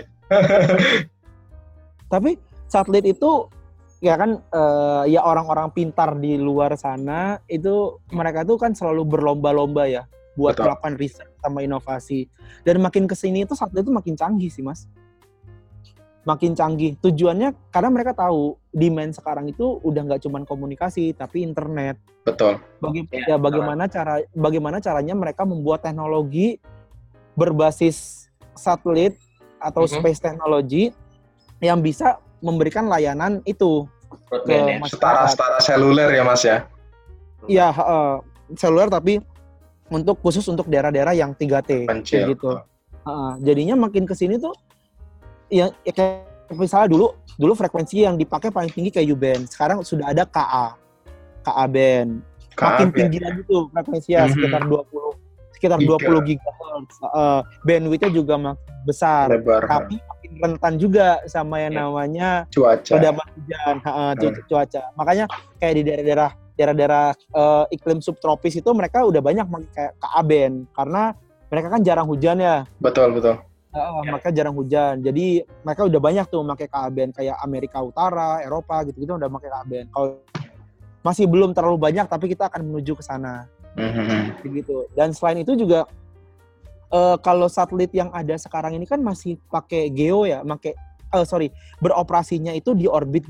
Tapi satelit itu ya kan ya orang-orang pintar di luar sana itu mereka tuh kan selalu berlomba-lomba ya buat melakukan riset sama inovasi, dan makin kesini itu satelit itu makin canggih sih Mas, makin canggih. Tujuannya karena mereka tahu demand sekarang itu udah nggak cuma komunikasi tapi internet. Betul. Bagaimana caranya mereka membuat teknologi berbasis satelit atau space technology yang bisa memberikan layanan itu ke masyarakat. Setara seluler ya Mas ya? Iya, seluler tapi khusus untuk daerah-daerah yang 3T kayak gitu. Jadinya makin kesini tuh ya kayak misalnya dulu frekuensi yang dipakai paling tinggi kayak U-band, sekarang sudah ada KA band. Makin tinggi lagi tuh frekuensinya sekitar 20 GHz. Bandwidth-nya juga makin besar. Lebar. Tapi makin rentan juga sama yang namanya Cuaca. redaman hujan, cuaca. Makanya kayak di daerah-daerah iklim subtropis itu mereka udah banyak pakai kayak KABen karena mereka kan jarang hujan ya. Betul. Mereka jarang hujan. Jadi mereka udah banyak tuh pakai KABen kayak Amerika Utara, Eropa gitu-gitu udah pakai KABen. Kalau masih belum terlalu banyak tapi kita akan menuju ke sana. Begitu. Dan selain itu juga kalau satelit yang ada sekarang ini kan masih pakai geo ya, beroperasinya itu di orbit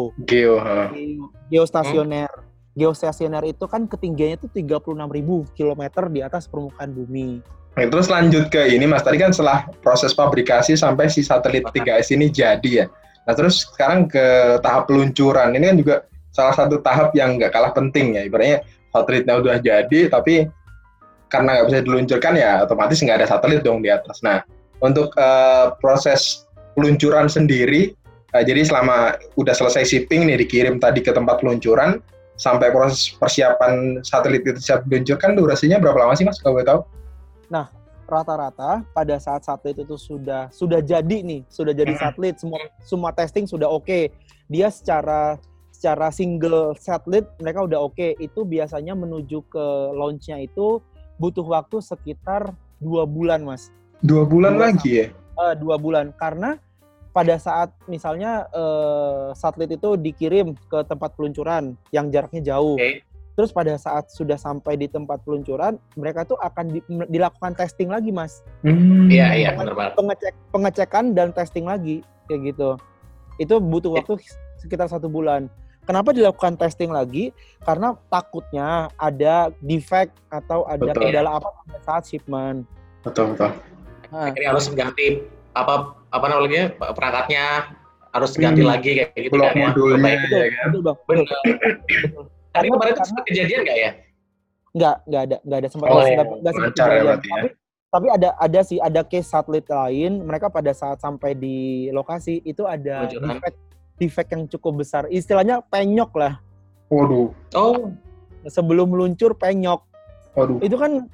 geostasioner. Geostasioner itu kan ketinggiannya itu 36.000 km di atas permukaan bumi. Nah, terus lanjut ke ini Mas, tadi kan setelah proses fabrikasi sampai si satelit 3S ini jadi ya. Nah terus sekarang ke tahap peluncuran, ini kan juga salah satu tahap yang nggak kalah penting ya, ibaratnya satelitnya udah jadi tapi karena nggak bisa diluncurkan ya otomatis nggak ada satelit dong di atas. Nah untuk proses peluncuran sendiri, jadi selama udah selesai shipping nih dikirim tadi ke tempat peluncuran sampai proses persiapan satelit itu siap diluncurkan durasinya berapa lama sih Mas kalau boleh tahu? Nah rata-rata pada saat satelit itu sudah jadi nih, sudah jadi satelit, semua testing sudah oke. Dia secara single satelit mereka udah oke. Itu biasanya menuju ke launch-nya itu butuh waktu sekitar 2 bulan, Mas. 2 bulan lagi ya? 2 bulan, karena pada saat misalnya satelit itu dikirim ke tempat peluncuran yang jaraknya jauh. Terus pada saat sudah sampai di tempat peluncuran, mereka tuh akan dilakukan testing lagi, Mas. Iya, benar banget. Pengecekan dan testing lagi, kayak gitu. Itu butuh waktu sekitar 1 bulan. Kenapa dilakukan testing lagi? Karena takutnya ada defect atau ada kendala apa pada saat shipment. Betul. Akhirnya harus ganti apa namanya perangkatnya harus ganti lagi kayak gitu kan ya. Modulnya ya kan. Betul, Bang. Benar. Tapi kemarin itu sempat kejadian nggak ya? Nggak ada sempat kejadian. Tapi ada case satelit lain, mereka pada saat sampai di lokasi itu ada defect yang cukup besar. Istilahnya penyok lah. Waduh. Oh. Sebelum meluncur penyok. Waduh. Itu kan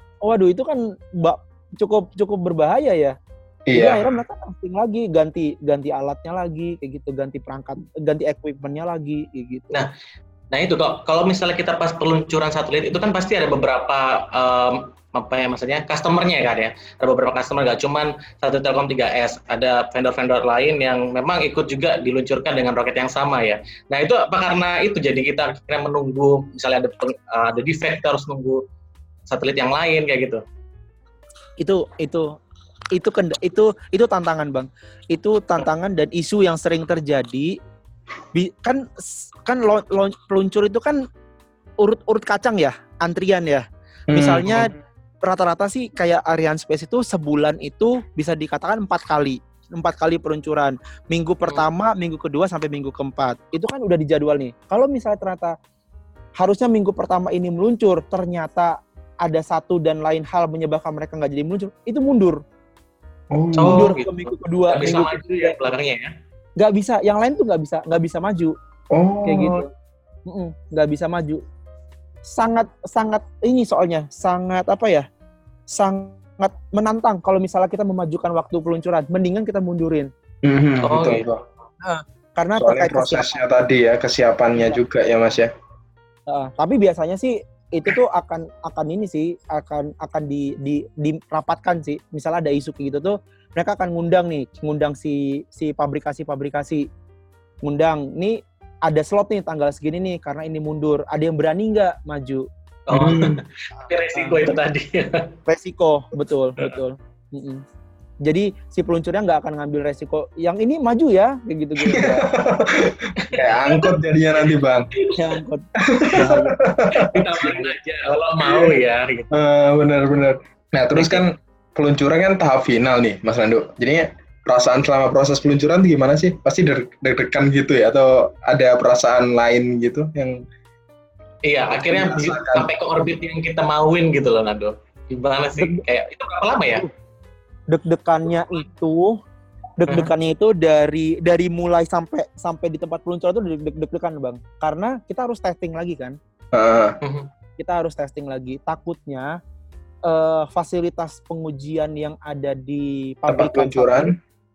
cukup berbahaya ya. Jadi akhirnya mereka testing lagi, ganti alatnya lagi, kayak gitu, ganti perangkat, ganti equipment-nya lagi, kayak gitu. Nah itu kalau misalnya kita pas peluncuran satelit itu kan pasti ada beberapa maksudnya customer-nya kan ya. Ada beberapa customer, nggak cuman satu Telkom 3S, ada vendor-vendor lain yang memang ikut juga diluncurkan dengan roket yang sama ya. Nah itu apa karena itu jadi kita akhirnya menunggu misalnya ada defect harus nunggu satelit yang lain kayak gitu. Itu tantangan, Bang. Itu tantangan dan isu yang sering terjadi. Kan peluncur itu kan urut kacang ya, antrian ya. Misalnya rata-rata sih kayak Arianespace itu sebulan itu bisa dikatakan 4 kali peluncuran. Minggu pertama, minggu kedua sampai minggu keempat. Itu kan udah dijadwal nih. Kalau misalnya ternyata harusnya minggu pertama ini meluncur, ternyata ada satu dan lain hal menyebabkan mereka nggak jadi meluncur, itu mundur. Mundur ke minggu kedua, minggu ketiga belakangnya ya. Nggak bisa, yang lain tuh nggak bisa maju. Kayak gitu. Nggak bisa maju. Sangat ini soalnya sangat sangat menantang kalau misalnya kita memajukan waktu peluncuran, mendingan kita mundurin. Betul. Karena terkait prosesnya tadi ya, kesiapannya juga ya Mas ya. Tapi biasanya sih itu tuh akan dirapatkan sih. Misalnya ada isu kayak gitu tuh, mereka akan ngundang si pabrikasi ngundang nih. Ada slot nih tanggal segini nih karena ini mundur. Ada yang berani nggak maju? Resiko itu tadi. Resiko, betul. Jadi si peluncurnya nggak akan ngambil resiko. Yang ini maju ya, kayak gitu. Kayak angkot jadinya nanti Bang. Kayak angkot. Ditawarin aja kalau mau ya. Gitu. Benar. Nah terus kan peluncuran kan tahap final nih Mas Nando. Jadinya perasaan selama proses peluncuran itu gimana sih? Pasti deg-degan gitu ya? Atau ada perasaan lain gitu yang... Iya, akhirnya sampai ke orbit yang kita mauin gitu loh, Nando. Gimana sih? Kayak itu berapa lama ya? Deg-degannya itu dari mulai sampai di tempat peluncuran itu deg-degan, Bang. Karena kita harus testing lagi kan? Kita harus testing lagi. Takutnya fasilitas pengujian yang ada di tempat peluncuran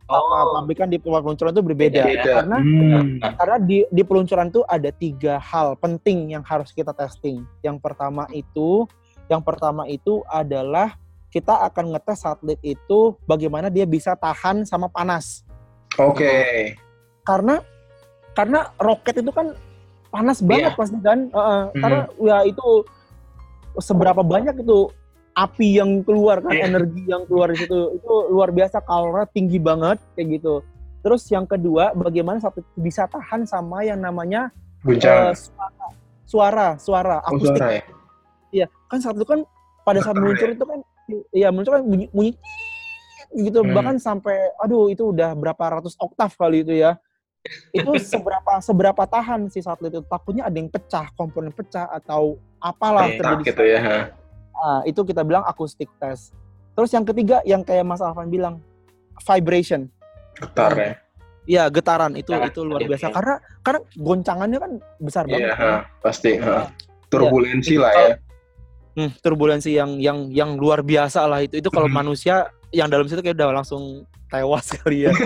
sama pabrikan di peluncuran itu berbeda. Beda. Karena di peluncuran itu ada 3 hal penting yang harus kita testing. Yang pertama itu adalah kita akan ngetes satelit itu bagaimana dia bisa tahan sama panas. Oke. Karena roket itu kan panas banget pasti kan. Karena ya itu seberapa banyak itu api yang keluar kan, energi yang keluar di situ itu luar biasa, kalornya tinggi banget kayak gitu. Terus yang kedua, bagaimana satelit bisa tahan sama yang namanya guncangan, suara akustik. Suara, ya? Iya, kan satelit kan pada saat meluncur itu kan, ya meluncur kan bunyi gitu, bahkan sampai, itu udah berapa ratus oktav kali itu ya. Itu seberapa tahan si satelit itu, takutnya ada yang pecah, komponen pecah atau apalah terjadi gitu ya. Itu kita bilang acoustic test. Terus yang ketiga yang kayak Mas Alvan bilang, vibration. Getar ya. Iya, getaran itu luar biasa karena goncangannya kan besar banget. Iya, pasti. Turbulensi lah ya. Turbulensi yang luar biasa lah itu kalau manusia yang dalam situ kayak udah langsung tewas kali ya.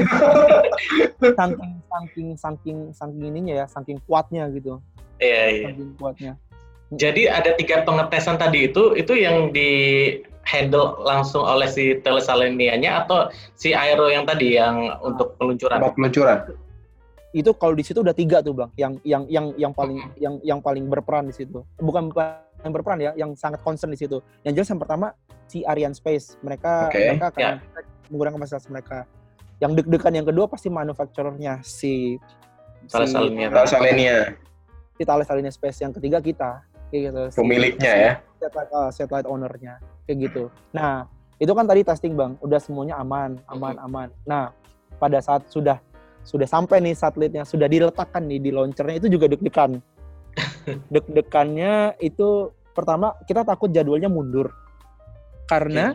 saking ininya ya, saking kuatnya gitu. Iya. Saking kuatnya. Jadi ada 3 pengetesan tadi itu yang di handle langsung oleh si Thales-Alenia-nya atau si Aero yang tadi yang untuk peluncuran? Tempat peluncuran. Itu kalau di situ udah 3 tuh Bang, yang paling berperan di situ. Bukan yang berperan ya, yang sangat concern di situ. Yang jelas yang pertama si Arianespace, mereka akan menggunakan fasilitas mereka. Yang deg-degan yang kedua pasti manufacturer-nya si Thales-Alenia. Si Thales-Alenia Space. Yang ketiga kita, kayak gitu. Pemiliknya ya. Satellite owner-nya, kayak gitu. Nah, itu kan tadi testing Bang, udah semuanya aman. Nah, pada saat sudah sampai nih satelitnya, sudah diletakkan nih di launchernya, itu juga deg-degan. Deg-degannya itu pertama kita takut jadwalnya mundur. Karena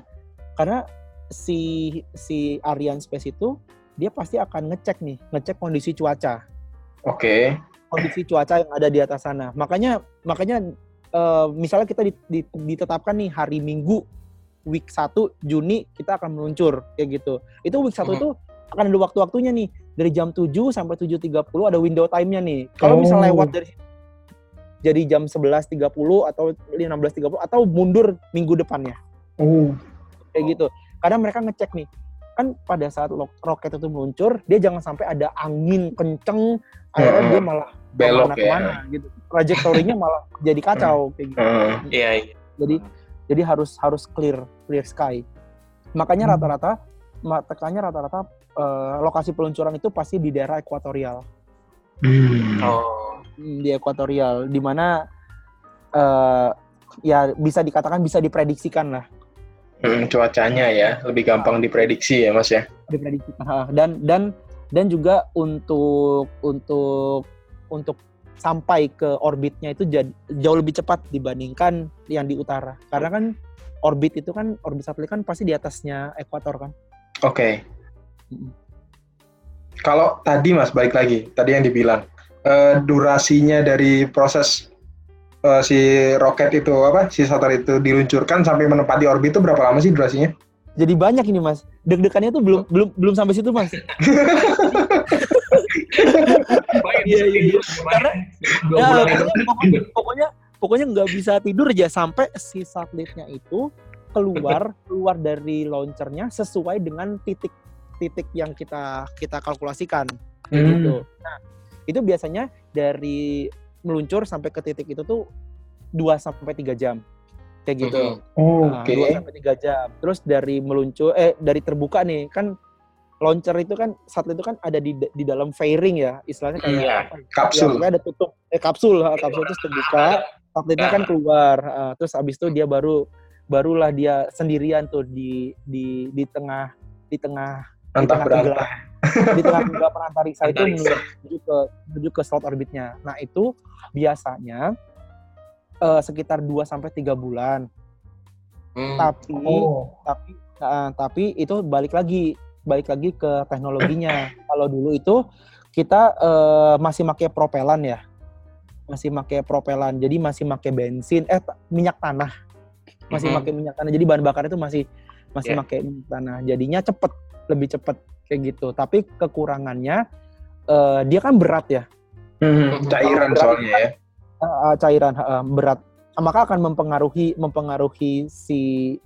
si Arianespace itu dia pasti akan ngecek kondisi cuaca. Oke. Kondisi cuaca yang ada di atas sana. Makanya misalnya kita ditetapkan nih hari Minggu week 1 Juni kita akan meluncur kayak gitu. Itu week 1 itu akan ada waktu-waktunya nih. Dari jam 7 sampai 7.30 ada window time-nya nih. Kalau misalnya lewat dari jadi jam 11.30 atau 16.30 atau mundur minggu depannya. Kayak gitu. Kadang mereka ngecek nih. Kan pada saat roket itu meluncur, dia jangan sampai ada angin kenceng, akhirnya dia malah belok kemana gitu. Trajektorinya malah jadi kacau kayak gitu. Iya. Jadi harus clear sky. Makanya rata-rata lokasi peluncuran itu pasti di daerah ekuatorial. Di ekuatorial, di mana ya bisa dikatakan bisa diprediksikan lah. Cuacanya ya lebih gampang diprediksi ya Mas ya. Diprediksikan. Dan juga untuk sampai ke orbitnya itu jauh lebih cepat dibandingkan yang di utara. Karena kan orbit satelit kan pasti di atasnya ekuator kan. Oke. Kalau tadi Mas balik lagi, tadi yang dibilang durasinya dari proses si roket itu si satelit itu diluncurkan sampai menempati orbit itu berapa lama sih durasinya? Jadi banyak ini Mas. Deg-degannya tuh belum sampai situ Mas. Iya. Karena pokoknya nggak bisa tidur aja sampai si satelitnya itu keluar dari launchernya sesuai dengan titik yang kita kalkulasikan gitu. Nah, itu biasanya dari meluncur sampai ke titik itu tuh 2-3 jam. Kayak gitu. 2-3 jam. Terus dari meluncur dari terbuka nih, kan launcher itu kan satelit itu kan ada di dalam fairing ya, istilahnya kayak kapsul. Ya, ada tutup kapsul terus terbuka, satelitnya kan keluar. Terus habis itu dia barulah dia sendirian tuh di tengah kegelapan antariksa itu menuju ke slot orbitnya. Nah, itu biasanya sekitar 2-3 bulan. Tapi itu balik lagi ke teknologinya. Kalau dulu itu kita masih pakai propelan ya. Jadi masih pakai bensin, minyak tanah. Masih pakai minyak tanah. Jadi bahan bakar itu masih pakai minyak tanah. Jadinya lebih cepet kayak gitu. Tapi kekurangannya dia kan berat ya. Cairan soalnya ya. Cairan berat. Maka akan mempengaruhi si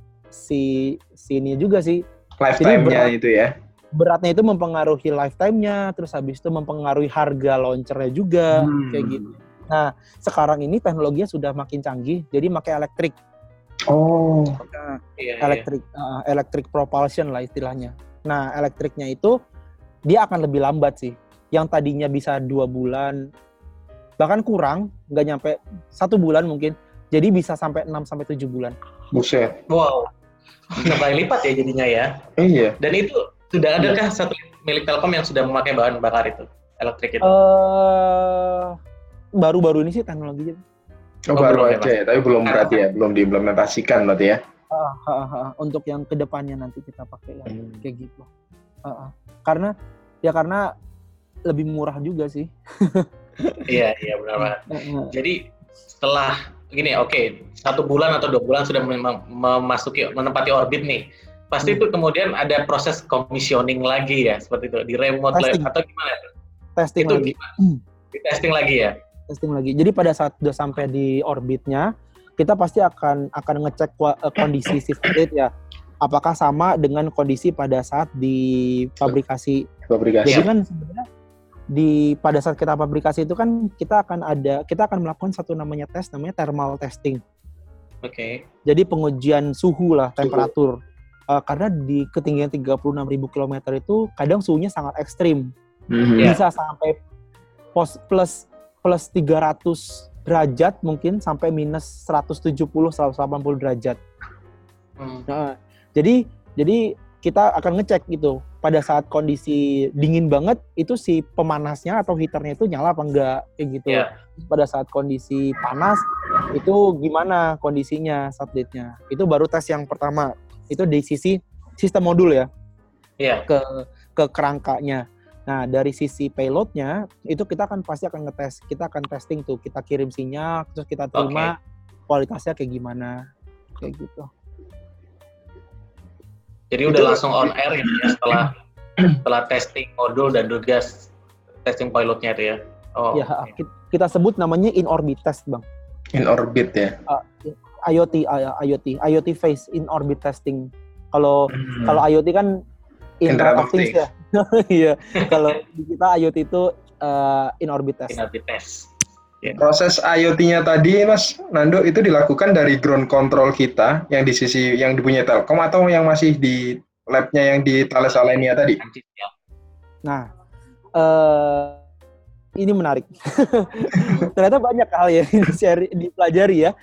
ini juga sih. Lifetime-nya itu ya. Beratnya itu mempengaruhi lifetime-nya, terus habis itu mempengaruhi harga launcher-nya juga, kayak gitu. Nah, sekarang ini teknologinya sudah makin canggih, jadi pakai elektrik. Oh. Electric propulsion lah istilahnya. Nah, elektriknya itu dia akan lebih lambat sih. Yang tadinya bisa 2 bulan, bahkan kurang, nggak nyampe 1 bulan mungkin, jadi bisa sampai 6-7 bulan. Buset. Wow. 6 kali lipat ya jadinya ya. Iya. Dan itu sudah adakah satelit milik Telkom yang sudah memakai bahan bakar itu, elektrik itu? Baru-baru ini sih teknologinya. Baru aja ya, tapi belum berarti ya, belum diimplementasikan berarti ya. Untuk yang kedepannya nanti kita pakai yang kayak gitu. Karena lebih murah juga sih. Iya benar banget. Jadi setelah gini, 1 bulan atau 2 bulan sudah menempati orbit nih. Pasti itu kemudian ada proses commissioning lagi ya, seperti itu di remote lab atau gimana? Testing itu lagi. Di testing lagi ya. Testing lagi. Jadi pada saat sudah sampai di orbitnya, kita pasti akan ngecek kondisi si satelit ya. Apakah sama dengan kondisi pada saat di pabrikasi. Jadi kan sebenarnya pada saat kita pabrikasi itu kan kita akan melakukan satu namanya thermal testing. Oke. Jadi pengujian suhu lah, temperatur. Karena di ketinggian 36.000 km itu kadang suhunya sangat ekstrim. Bisa sampai plus 300 derajat mungkin sampai minus 170-180 derajat. Nah, jadi kita akan ngecek gitu. Pada saat kondisi dingin banget, itu si pemanasnya atau heaternya itu nyala apa enggak, kayak gitu. Pada saat kondisi panas, itu gimana kondisinya satelitnya. Itu baru tes yang pertama. Itu di sisi sistem modul ya. Ke kerangkanya. Nah, dari sisi payloadnya, itu kita pasti akan ngetes. Kita akan testing tuh. Kita kirim sinyal, terus kita terima kualitasnya kayak gimana. Kayak gitu. Jadi udah langsung on air gitu ya setelah testing modul dan juga testing pilotnya itu ya. Kita sebut namanya in orbit test, Bang. In orbit ya. IoT phase in orbit testing. Kalau IoT kan Internet of Things ya. Iya. Kalau kita IoT itu in orbit test. In orbit test. Proses IoT-nya tadi, Mas Nando, itu dilakukan dari ground control kita yang di sisi yang dipunyai Telkom atau yang masih di lab-nya yang di Thales Alenia tadi? Nah, ini menarik. Ternyata banyak hal ya dipelajari ya.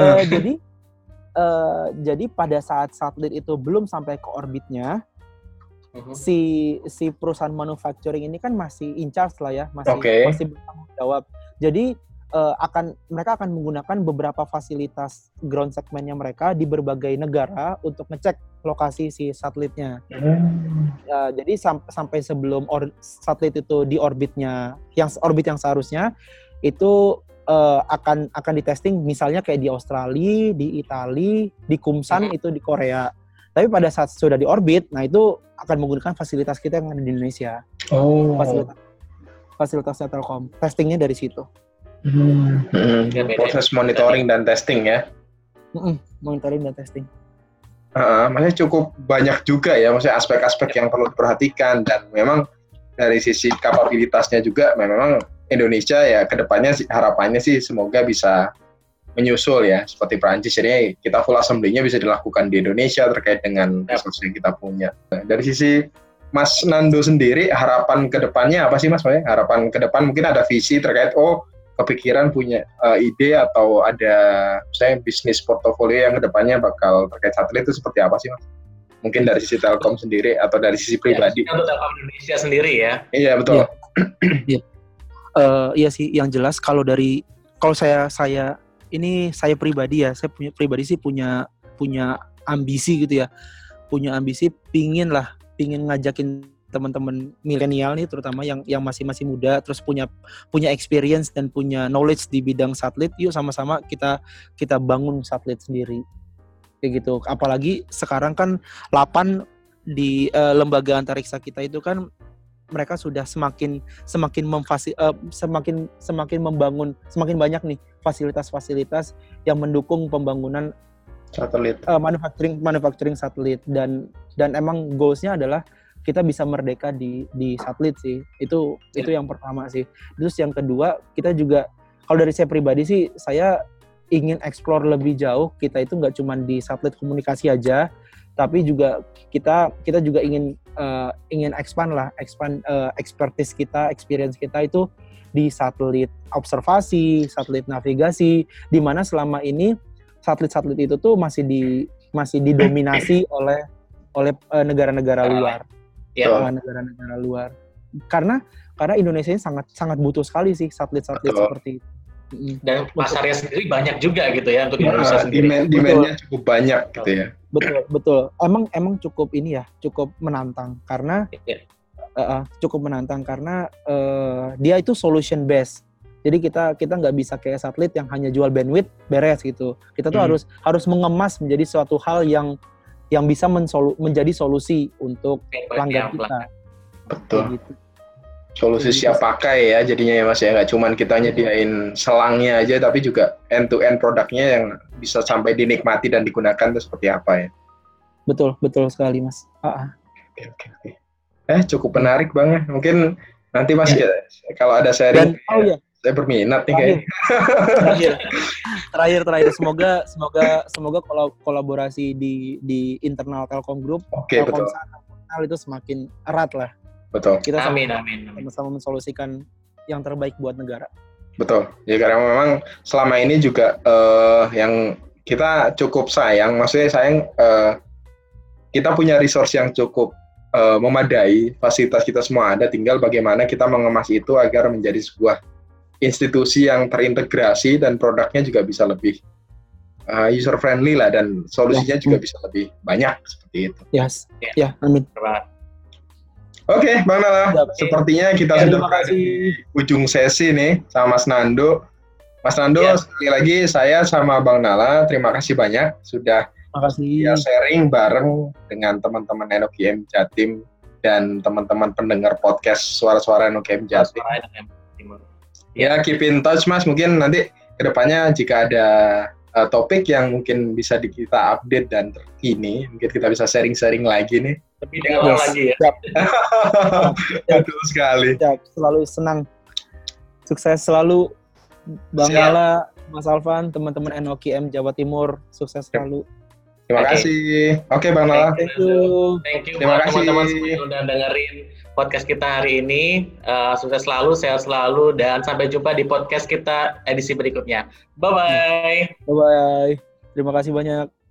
Jadi pada saat satelit itu belum sampai ke orbitnya, si perusahaan manufacturing ini kan masih in charge lah ya, masih bertanggung jawab. Jadi mereka akan menggunakan beberapa fasilitas ground segmentnya mereka di berbagai negara untuk ngecek lokasi si satelitnya. Jadi sampai sebelum satelit itu di orbit yang seharusnya itu akan ditesting misalnya kayak di Australia, di Italia, di Kumsan itu di Korea. Tapi pada saat sudah di orbit, nah itu akan menggunakan fasilitas kita yang ada di Indonesia. Fasilitasnya Telkom. Testingnya dari situ. Proses monitoring dan testing ya. Monitoring dan testing. Maksudnya cukup banyak juga ya, maksudnya aspek-aspek yang perlu diperhatikan, dan memang dari sisi kapabilitasnya juga memang Indonesia ya kedepannya harapannya sih semoga bisa menyusul ya seperti Perancis, jadi kita full assembly-nya bisa dilakukan di Indonesia terkait dengan resource yang kita punya. Dari sisi Mas Nando sendiri, harapan kedepannya apa sih Mas? Harapan ke depan mungkin ada visi terkait kepikiran punya ide atau ada misalnya bisnis portofolio yang kedepannya bakal terkait satelit itu seperti apa sih Mas? Mungkin dari sisi Telkom sendiri atau dari sisi pribadi? Untuk Telkom Indonesia sendiri ya? Iya betul. Iya sih, yang jelas kalau saya pribadi ya, saya punya ambisi gitu ya, punya ambisi pingin ngajakin teman-teman milenial nih terutama yang masih muda terus punya experience dan punya knowledge di bidang satelit, yuk sama-sama kita bangun satelit sendiri kayak gitu. Apalagi sekarang kan LAPAN lembaga antariksa kita itu kan mereka sudah semakin membangun semakin banyak nih fasilitas-fasilitas yang mendukung pembangunan Satelit. manufacturing satelit dan emang goals-nya adalah kita bisa merdeka di satelit sih. Itu yang pertama sih. Terus yang kedua, kita juga kalau dari saya pribadi sih, saya ingin explore lebih jauh. Kita itu nggak cuma di satelit komunikasi aja, tapi juga kita juga ingin expand expertise kita, experience kita itu di satelit observasi, satelit navigasi, di mana selama ini satelit-satelit itu tuh masih didominasi oleh negara-negara luar. Negara-negara luar. Karena Indonesia ini sangat butuh sekali sih satelit-satelit seperti itu. Dan pasarnya sendiri banyak juga gitu ya untuk Indonesia sendiri. Demand-nya cukup banyak gitu ya. Betul. Emang cukup menantang karena dia itu solution based. Jadi kita nggak bisa kayak satelit yang hanya jual bandwidth beres gitu. Kita tuh harus mengemas menjadi suatu hal yang bisa menjadi solusi untuk pelanggan kita. Betul. Gitu. Solusi siap pakai ya jadinya ya Mas ya, nggak cuman kita nyediain selangnya aja tapi juga end to end produknya yang bisa sampai dinikmati dan digunakan itu seperti apa ya. Betul sekali Mas. Oke. Cukup menarik banget. Mungkin nanti Mas kalau ada sharing saya berminat nih kayaknya. Terakhir semoga kolaborasi di internal Telkom Group, betul. Itu semakin erat lah. Betul. Kita amin. sama mensolusikan yang terbaik buat negara. Betul. Ya karena memang selama ini juga yang kita cukup sayang, maksudnya kita punya resource yang cukup memadai, fasilitas kita semua ada, tinggal bagaimana kita mengemas itu agar menjadi sebuah institusi yang terintegrasi dan produknya juga bisa lebih user friendly lah dan solusinya juga bisa lebih banyak seperti itu. Yes. Ya, amin. Oke, Bang Nala, sepertinya kita sudah berada di ujung sesi nih sama Mas Nando. Mas Nando, sekali lagi saya sama Bang Nala, terima kasih banyak sudah sharing bareng dengan teman-teman NOKM Jatim dan teman-teman pendengar podcast Suara-Suara NOKM Jatim. Ya, keep in touch Mas, mungkin nanti kedepannya jika ada topik yang mungkin bisa kita update dan terkini, mungkin kita bisa sharing-sharing lagi nih. Lebih dalam lagi ya. Betul sekali. Selalu senang. Sukses selalu Bang Nala, Mas Alvan, teman-teman NOKM Jawa Timur, sukses selalu. Terima kasih. Oke, Bang Nala. Thank you. Terima kasih teman-teman semua yang udah dengerin podcast kita hari ini. Sukses selalu, sehat selalu, dan sampai jumpa di podcast kita edisi berikutnya. Bye-bye. Bye-bye. Terima kasih banyak.